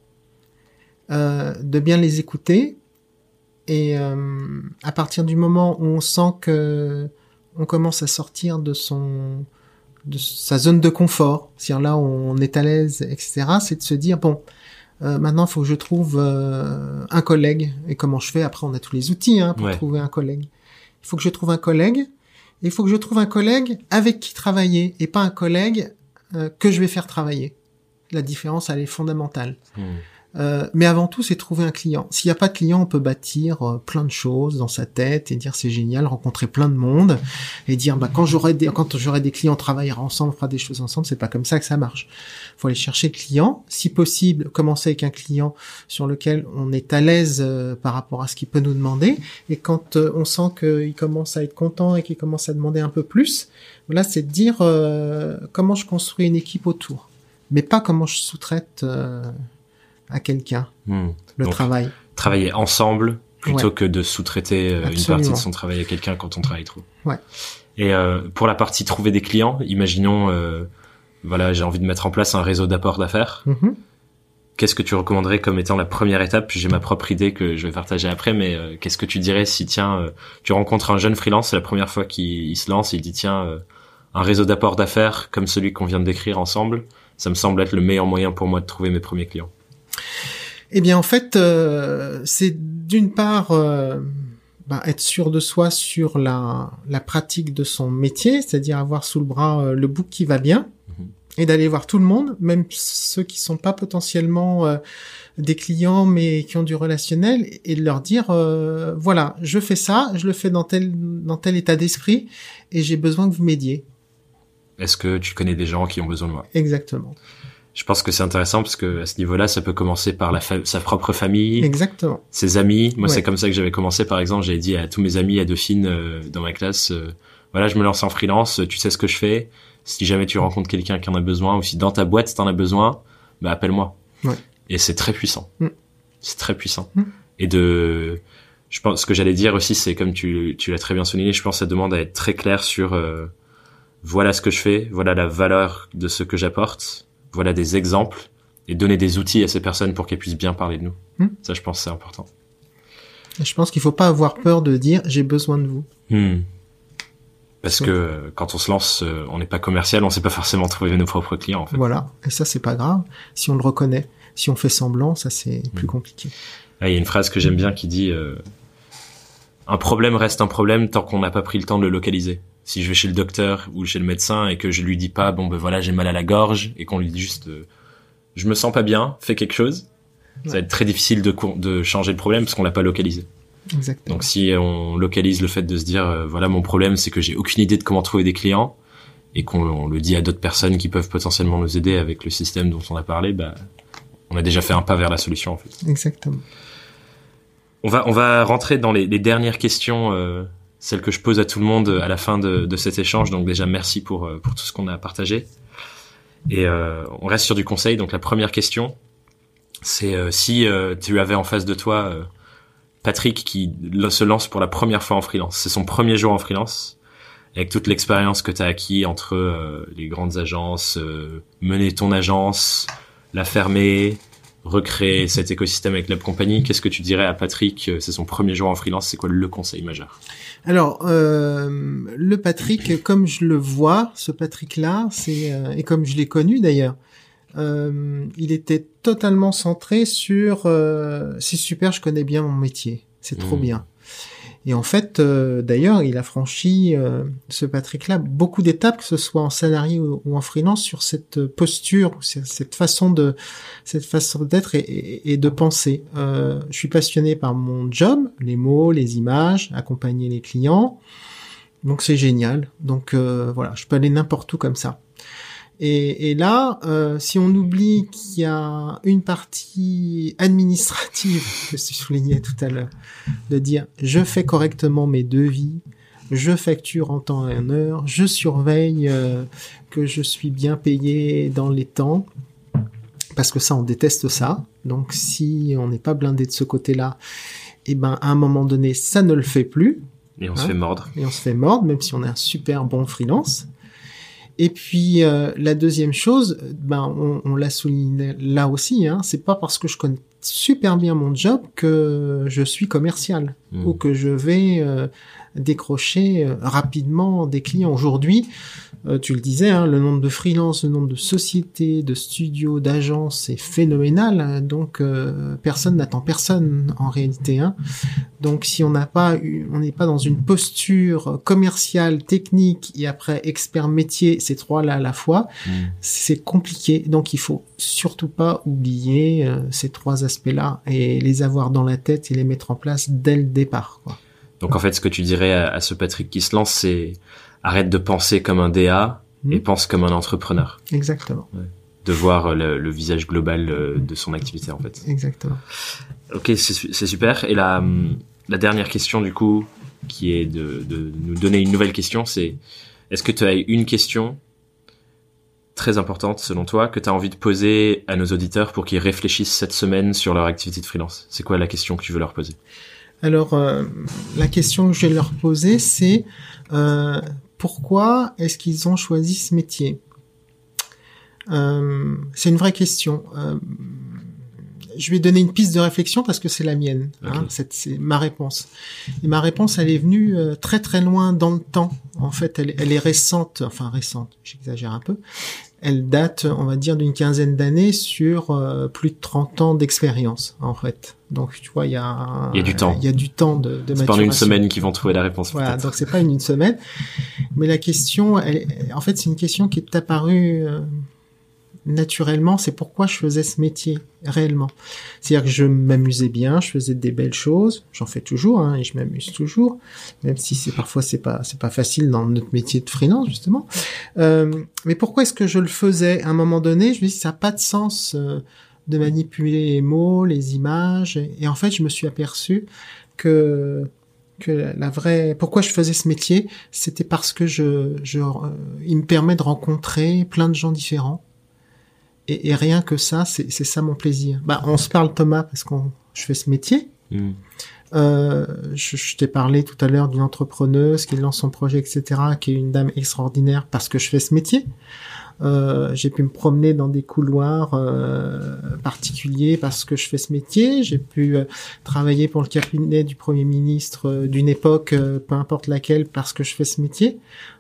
euh, de bien les écouter et euh, à partir du moment où on sent que on commence à sortir de son, de sa zone de confort, c'est-à-dire là où on est à l'aise, et cetera. C'est de se dire bon, euh, maintenant il faut que je trouve euh, un collègue. Et comment je fais ? Après, on a tous les outils hein, pour ouais. trouver un collègue. Il faut que je trouve un collègue. Et il faut que je trouve un collègue avec qui travailler et pas un collègue euh, que je vais faire travailler. La différence, elle est fondamentale. Mmh. Euh, mais avant tout, c'est trouver un client. S'il n'y a pas de client, on peut bâtir euh, plein de choses dans sa tête et dire c'est génial, rencontrer plein de monde et dire bah quand j'aurai des quand j'aurai des clients, on travaillera ensemble, on fera des choses ensemble. C'est pas comme ça que ça marche. Faut aller chercher le client. Si possible, commencer avec un client sur lequel on est à l'aise euh, par rapport à ce qu'il peut nous demander. Et quand euh, on sent qu'il commence à être content et qu'il commence à demander un peu plus, là, c'est de dire euh, comment je construis une équipe autour. mais pas comment je sous-traite euh, à quelqu'un mmh. le Donc, travail. Travailler ensemble plutôt ouais. que de sous-traiter euh, une partie de son travail à quelqu'un quand on travaille trop. Ouais. Et euh, pour la partie trouver des clients, imaginons, euh, voilà, j'ai envie de mettre en place un réseau d'apport d'affaires. Mmh. Qu'est-ce que tu recommanderais comme étant la première étape? J'ai ma propre idée que je vais partager après, mais euh, qu'est-ce que tu dirais si, tiens, euh, tu rencontres un jeune freelance, c'est la première fois qu'il il se lance, il dit, tiens, euh, un réseau d'apport d'affaires comme celui qu'on vient de décrire ensemble, ça me semble être le meilleur moyen pour moi de trouver mes premiers clients. Eh bien, en fait, euh, c'est d'une part euh, bah, être sûr de soi sur la, la pratique de son métier, c'est-à-dire avoir sous le bras euh, le book qui va bien, mmh. et d'aller voir tout le monde, même ceux qui sont pas potentiellement euh, des clients, mais qui ont du relationnel, et de leur dire, euh, voilà, je fais ça, je le fais dans tel, dans tel état d'esprit, et j'ai besoin que vous m'aidiez. Est-ce que tu connais des gens qui ont besoin de moi? Exactement. Je pense que c'est intéressant parce que à ce niveau-là, ça peut commencer par la fa- sa propre famille, exactement, ses amis. Moi, ouais. c'est comme ça que j'avais commencé. Par exemple, j'avais dit à tous mes amis, à Dauphine, euh, dans ma classe, euh, voilà, je me lance en freelance. Tu sais ce que je fais. Si jamais tu rencontres quelqu'un qui en a besoin, ou si dans ta boîte t'en as besoin, bah appelle-moi. Ouais. Et c'est très puissant. Mm. C'est très puissant. Mm. Et de, je pense, ce que j'allais dire aussi, c'est comme tu, tu l'as très bien souligné. Je pense que ça demande à être très clair sur, euh, voilà ce que je fais, voilà la valeur de ce que j'apporte. Voilà des exemples et donner des outils à ces personnes pour qu'elles puissent bien parler de nous. Mmh. Ça, je pense que c'est important. Et je pense qu'il faut pas avoir peur de dire « j'ai besoin de vous mmh. ». Parce ouais. que euh, quand on se lance, euh, on n'est pas commercial, on sait pas forcément trouver nos propres clients, en fait. Voilà. Et ça, c'est pas grave. Si on le reconnaît, si on fait semblant, ça, c'est mmh. plus compliqué. Ah, il y a une phrase que j'aime bien qui dit euh, « Un problème reste un problème tant qu'on n'a pas pris le temps de le localiser ». Si je vais chez le docteur ou chez le médecin et que je lui dis pas bon ben voilà j'ai mal à la gorge et qu'on lui dit juste euh, je me sens pas bien, fais quelque chose, ouais. ça va être très difficile de de changer le problème parce qu'on l'a pas localisé. Exactement. Donc si on localise le fait de se dire euh, voilà mon problème c'est que j'ai aucune idée de comment trouver des clients et qu'on on le dit à d'autres personnes qui peuvent potentiellement nous aider avec le système dont on a parlé, bah on a déjà fait un pas vers la solution en fait. Exactement. On va on va rentrer dans les, les dernières questions. Euh, Celle que je pose à tout le monde à la fin de, de cet échange. Donc déjà, merci pour, pour tout ce qu'on a partagé. Et euh, on reste sur du conseil. Donc la première question, c'est euh, si euh, tu avais en face de toi euh, Patrick qui se lance pour la première fois en freelance. C'est son premier jour en freelance, avec toute l'expérience que tu as acquis entre euh, les grandes agences, euh, mener ton agence, la fermer, recréer cet écosystème avec Lab Company. Qu'est-ce que tu dirais à Patrick? C'est son premier jour en freelance. C'est quoi le conseil majeur? Alors, euh, le Patrick, comme je le vois, ce Patrick-là, c'est euh, et comme je l'ai connu d'ailleurs, euh, il était totalement centré sur euh, c'est super, je connais bien mon métier, c'est trop mmh. bien. Et en fait, euh, d'ailleurs, il a franchi, euh, ce Patrick-là, beaucoup d'étapes, que ce soit en salarié ou, ou en freelance, sur cette posture, cette façon de, cette façon d'être et, et, et de penser. Euh, je suis passionné par mon job, les mots, les images, accompagner les clients. Donc c'est génial. Donc euh, voilà, je peux aller n'importe où comme ça. Et, et là, euh, si on oublie qu'il y a une partie administrative que je soulignais tout à l'heure, de dire je fais correctement mes devis, je facture en temps et en heure, je surveille euh, que je suis bien payé dans les temps, parce que ça, on déteste ça. Donc si on n'est pas blindé de ce côté-là, eh ben à un moment donné, ça ne le fait plus. Et on hein, se fait mordre. Et on se fait mordre, même si on est un super bon freelance. Et puis euh, la deuxième chose, ben on, on l'a souligné là aussi, hein, c'est pas parce que je connais super bien mon job que je suis commercial mmh. ou que je vais euh, décrocher euh, rapidement des clients. Aujourd'hui, euh, tu le disais, hein, le nombre de freelance, le nombre de sociétés, de studios, d'agences est phénoménal. Donc euh, personne n'attend personne en réalité. Hein. Donc si on n'a pas, eu, on n'est pas dans une posture commerciale, technique et après expert métier, ces trois-là à la fois, mmh. c'est compliqué. Donc il faut surtout pas oublier euh, ces trois aspects-là et les avoir dans la tête et les mettre en place dès le départ, quoi. Donc en fait, ce que tu dirais à, à ce Patrick qui se lance, c'est arrête de penser comme un D A mmh. et pense comme un entrepreneur. Exactement. Ouais. De voir le, le visage global de son activité en fait. Exactement. Ok, c'est, c'est super. Et la, la dernière question du coup, qui est de, de nous donner une nouvelle question, c'est est-ce que tu as une question très importante selon toi que tu as envie de poser à nos auditeurs pour qu'ils réfléchissent cette semaine sur leur activité de freelance? C'est quoi la question que tu veux leur poser? Alors, euh, la question que je vais leur poser, c'est euh, pourquoi est-ce qu'ils ont choisi ce métier? euh, C'est une vraie question. Euh, je vais donner une piste de réflexion parce que c'est la mienne. Okay. Hein, c'est, c'est ma réponse. Et ma réponse, elle est venue euh, très très loin dans le temps. En fait, elle, elle est récente. Enfin, récente, j'exagère un peu. Elle date, on va dire, d'une quinzaine d'années sur euh, plus de trente ans d'expérience, en fait. Donc, tu vois, il y a... Il y a du temps. Il y a du temps de, de c'est maturation. C'est pas en une semaine qu'ils vont trouver la réponse, voilà, peut-être. Donc c'est pas une, une semaine. Mais la question, elle, en fait, c'est une question qui est apparue euh, naturellement. C'est pourquoi je faisais ce métier, réellement. C'est-à-dire que je m'amusais bien, je faisais des belles choses. J'en fais toujours, hein, et je m'amuse toujours. Même si c'est parfois, c'est pas, c'est pas facile dans notre métier de freelance, justement. Euh, mais pourquoi est-ce que je le faisais? À un moment donné, je me dis, ça n'a pas de sens euh, de manipuler les mots, les images. Et, et en fait, je me suis aperçu que que la, la vraie, pourquoi je faisais ce métier, c'était parce que je, je, euh, il me permet de rencontrer plein de gens différents. Et, et rien que ça, c'est, c'est ça mon plaisir. Bah, on se parle, Thomas, parce qu'on, je fais ce métier. Mmh. Euh, je, je t'ai parlé tout à l'heure d'une entrepreneuse qui lance son projet, et cetera, qui est une dame extraordinaire parce que je fais ce métier. Euh, j'ai pu me promener dans des couloirs euh, particuliers parce que je fais ce métier. J'ai pu euh, travailler pour le cabinet du Premier ministre euh, d'une époque, euh, peu importe laquelle, parce que je fais ce métier.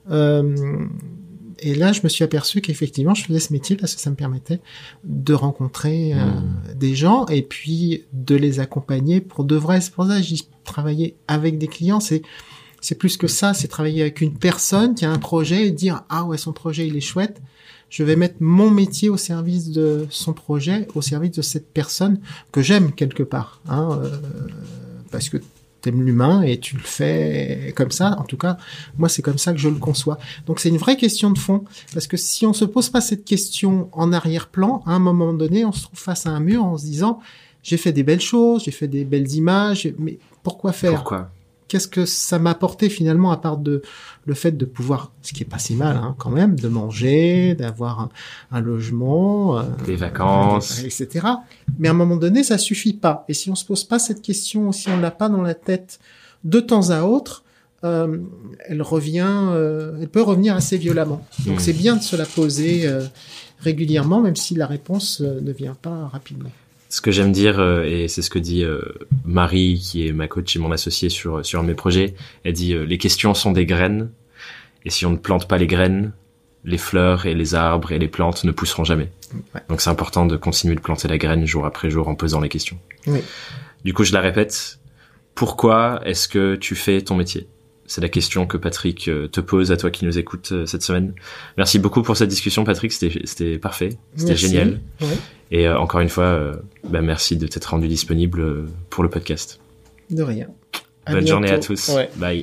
Euh, et là, je me suis aperçu qu'effectivement, je faisais ce métier parce que ça me permettait de rencontrer euh, mmh. des gens et puis de les accompagner pour de vrai. C'est pour ça que j'ai travaillé avec des clients. C'est c'est plus que ça. C'est travailler avec une personne qui a un projet et dire ah ouais, son projet il est chouette. Je vais mettre mon métier au service de son projet, au service de cette personne que j'aime quelque part, hein, euh, parce que t'aimes l'humain et tu le fais comme ça. En tout cas, moi, c'est comme ça que je le conçois. Donc, c'est une vraie question de fond, parce que si on se pose pas cette question en arrière-plan, à un moment donné, on se trouve face à un mur en se disant j'ai fait des belles choses, j'ai fait des belles images, mais pourquoi faire? Pourquoi? Qu'est-ce que ça m'a apporté finalement, à part de le fait de pouvoir, ce qui est pas si mal hein, quand même, de manger, d'avoir un, un logement, euh, des vacances, et cetera. Mais à un moment donné, ça suffit pas. Et si on se pose pas cette question, si on l'a pas dans la tête de temps à autre, euh, elle revient, euh, elle peut revenir assez violemment. Donc mmh. c'est bien de se la poser euh, régulièrement, même si la réponse euh, ne vient pas rapidement. Ce que j'aime dire, euh, et c'est ce que dit euh, Marie, qui est ma coach et mon associée sur sur mes projets, elle dit euh, les questions sont des graines, et si on ne plante pas les graines, les fleurs et les arbres et les plantes ne pousseront jamais. Ouais. Donc c'est important de continuer de planter la graine jour après jour en posant les questions. Oui. Du coup, je la répète, pourquoi est-ce que tu fais ton métier? C'est la question que Patrick te pose à toi qui nous écoutes cette semaine. Merci beaucoup pour cette discussion, Patrick. C'était, c'était parfait. C'était merci. Génial. Ouais. Et euh, encore une fois, euh, bah, merci de t'être rendu disponible pour le podcast. De rien. À Bonne bientôt. journée à tous. Ouais. Bye.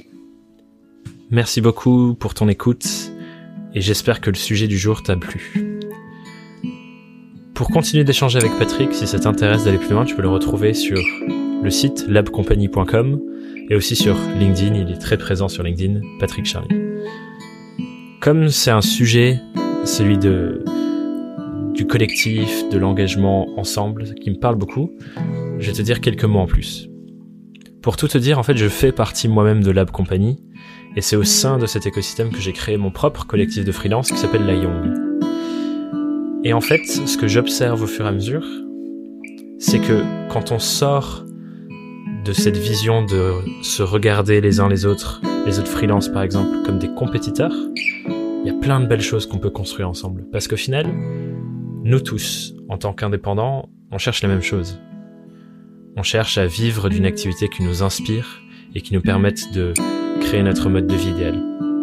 Merci beaucoup pour ton écoute et j'espère que le sujet du jour t'a plu. Pour continuer d'échanger avec Patrick, si ça t'intéresse d'aller plus loin, tu peux le retrouver sur le site lab company point com et aussi sur LinkedIn. Il est très présent sur LinkedIn, Patrick Charny. Comme c'est un sujet, celui de du collectif, de l'engagement ensemble, qui me parle beaucoup, je vais te dire quelques mots en plus. Pour tout te dire, en fait, je fais partie moi-même de Lab Company, et c'est au sein de cet écosystème que j'ai créé mon propre collectif de freelance qui s'appelle La Young. Et en fait, ce que j'observe au fur et à mesure, c'est que quand on sort de cette vision de se regarder les uns les autres, les autres freelances par exemple, comme des compétiteurs, il y a plein de belles choses qu'on peut construire ensemble. Parce qu'au final, nous tous, en tant qu'indépendants, on cherche la même chose. On cherche à vivre d'une activité qui nous inspire et qui nous permette de créer notre mode de vie idéal.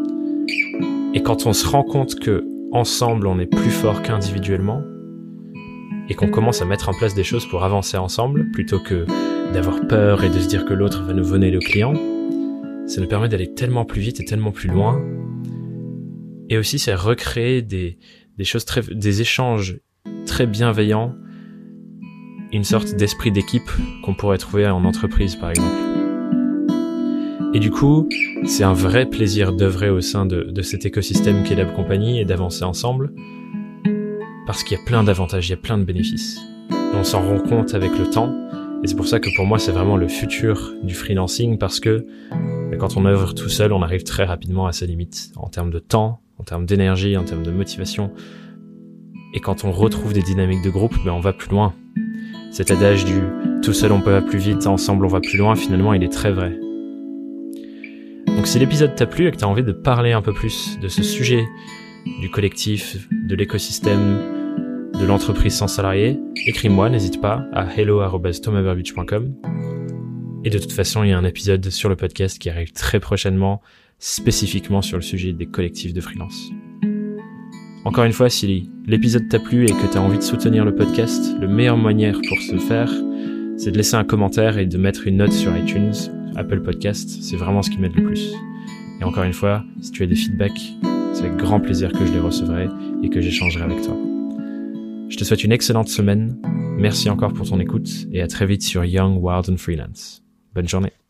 Et quand on se rend compte que ensemble on est plus fort qu'individuellement et qu'on commence à mettre en place des choses pour avancer ensemble plutôt que d'avoir peur et de se dire que l'autre va nous voler le client, ça nous permet d'aller tellement plus vite et tellement plus loin. Et aussi, c'est recréer des, des choses très, des échanges très bienveillants, une sorte d'esprit d'équipe qu'on pourrait trouver en entreprise, par exemple. Et du coup, c'est un vrai plaisir d'œuvrer au sein de, de cet écosystème qu'est Lab Company et d'avancer ensemble, parce qu'il y a plein d'avantages, il y a plein de bénéfices. Et on s'en rend compte avec le temps, et c'est pour ça que pour moi c'est vraiment le futur du freelancing, parce que quand on œuvre tout seul, on arrive très rapidement à ses limites, en termes de temps, en termes d'énergie, en termes de motivation. Et quand on retrouve des dynamiques de groupe, ben on va plus loin. Cet adage du « tout seul on peut va plus vite, ensemble on va plus loin », finalement il est très vrai. Donc si l'épisode t'a plu et que t'as envie de parler un peu plus de ce sujet, du collectif, de l'écosystème, de l'entreprise sans salarié, écris-moi, n'hésite pas à hello arobase thomas burbidge point com. Et de toute façon, il y a un épisode sur le podcast qui arrive très prochainement, spécifiquement sur le sujet des collectifs de freelance. Encore une fois, si l'épisode t'a plu et que tu as envie de soutenir le podcast, la meilleure manière pour ce faire, c'est de laisser un commentaire et de mettre une note sur iTunes, Apple Podcast, c'est vraiment ce qui m'aide le plus. Et encore une fois, si tu as des feedbacks, c'est avec grand plaisir que je les recevrai et que j'échangerai avec toi. Je te souhaite une excellente semaine, merci encore pour ton écoute et à très vite sur Young, Wild and Freelance. Bonne journée.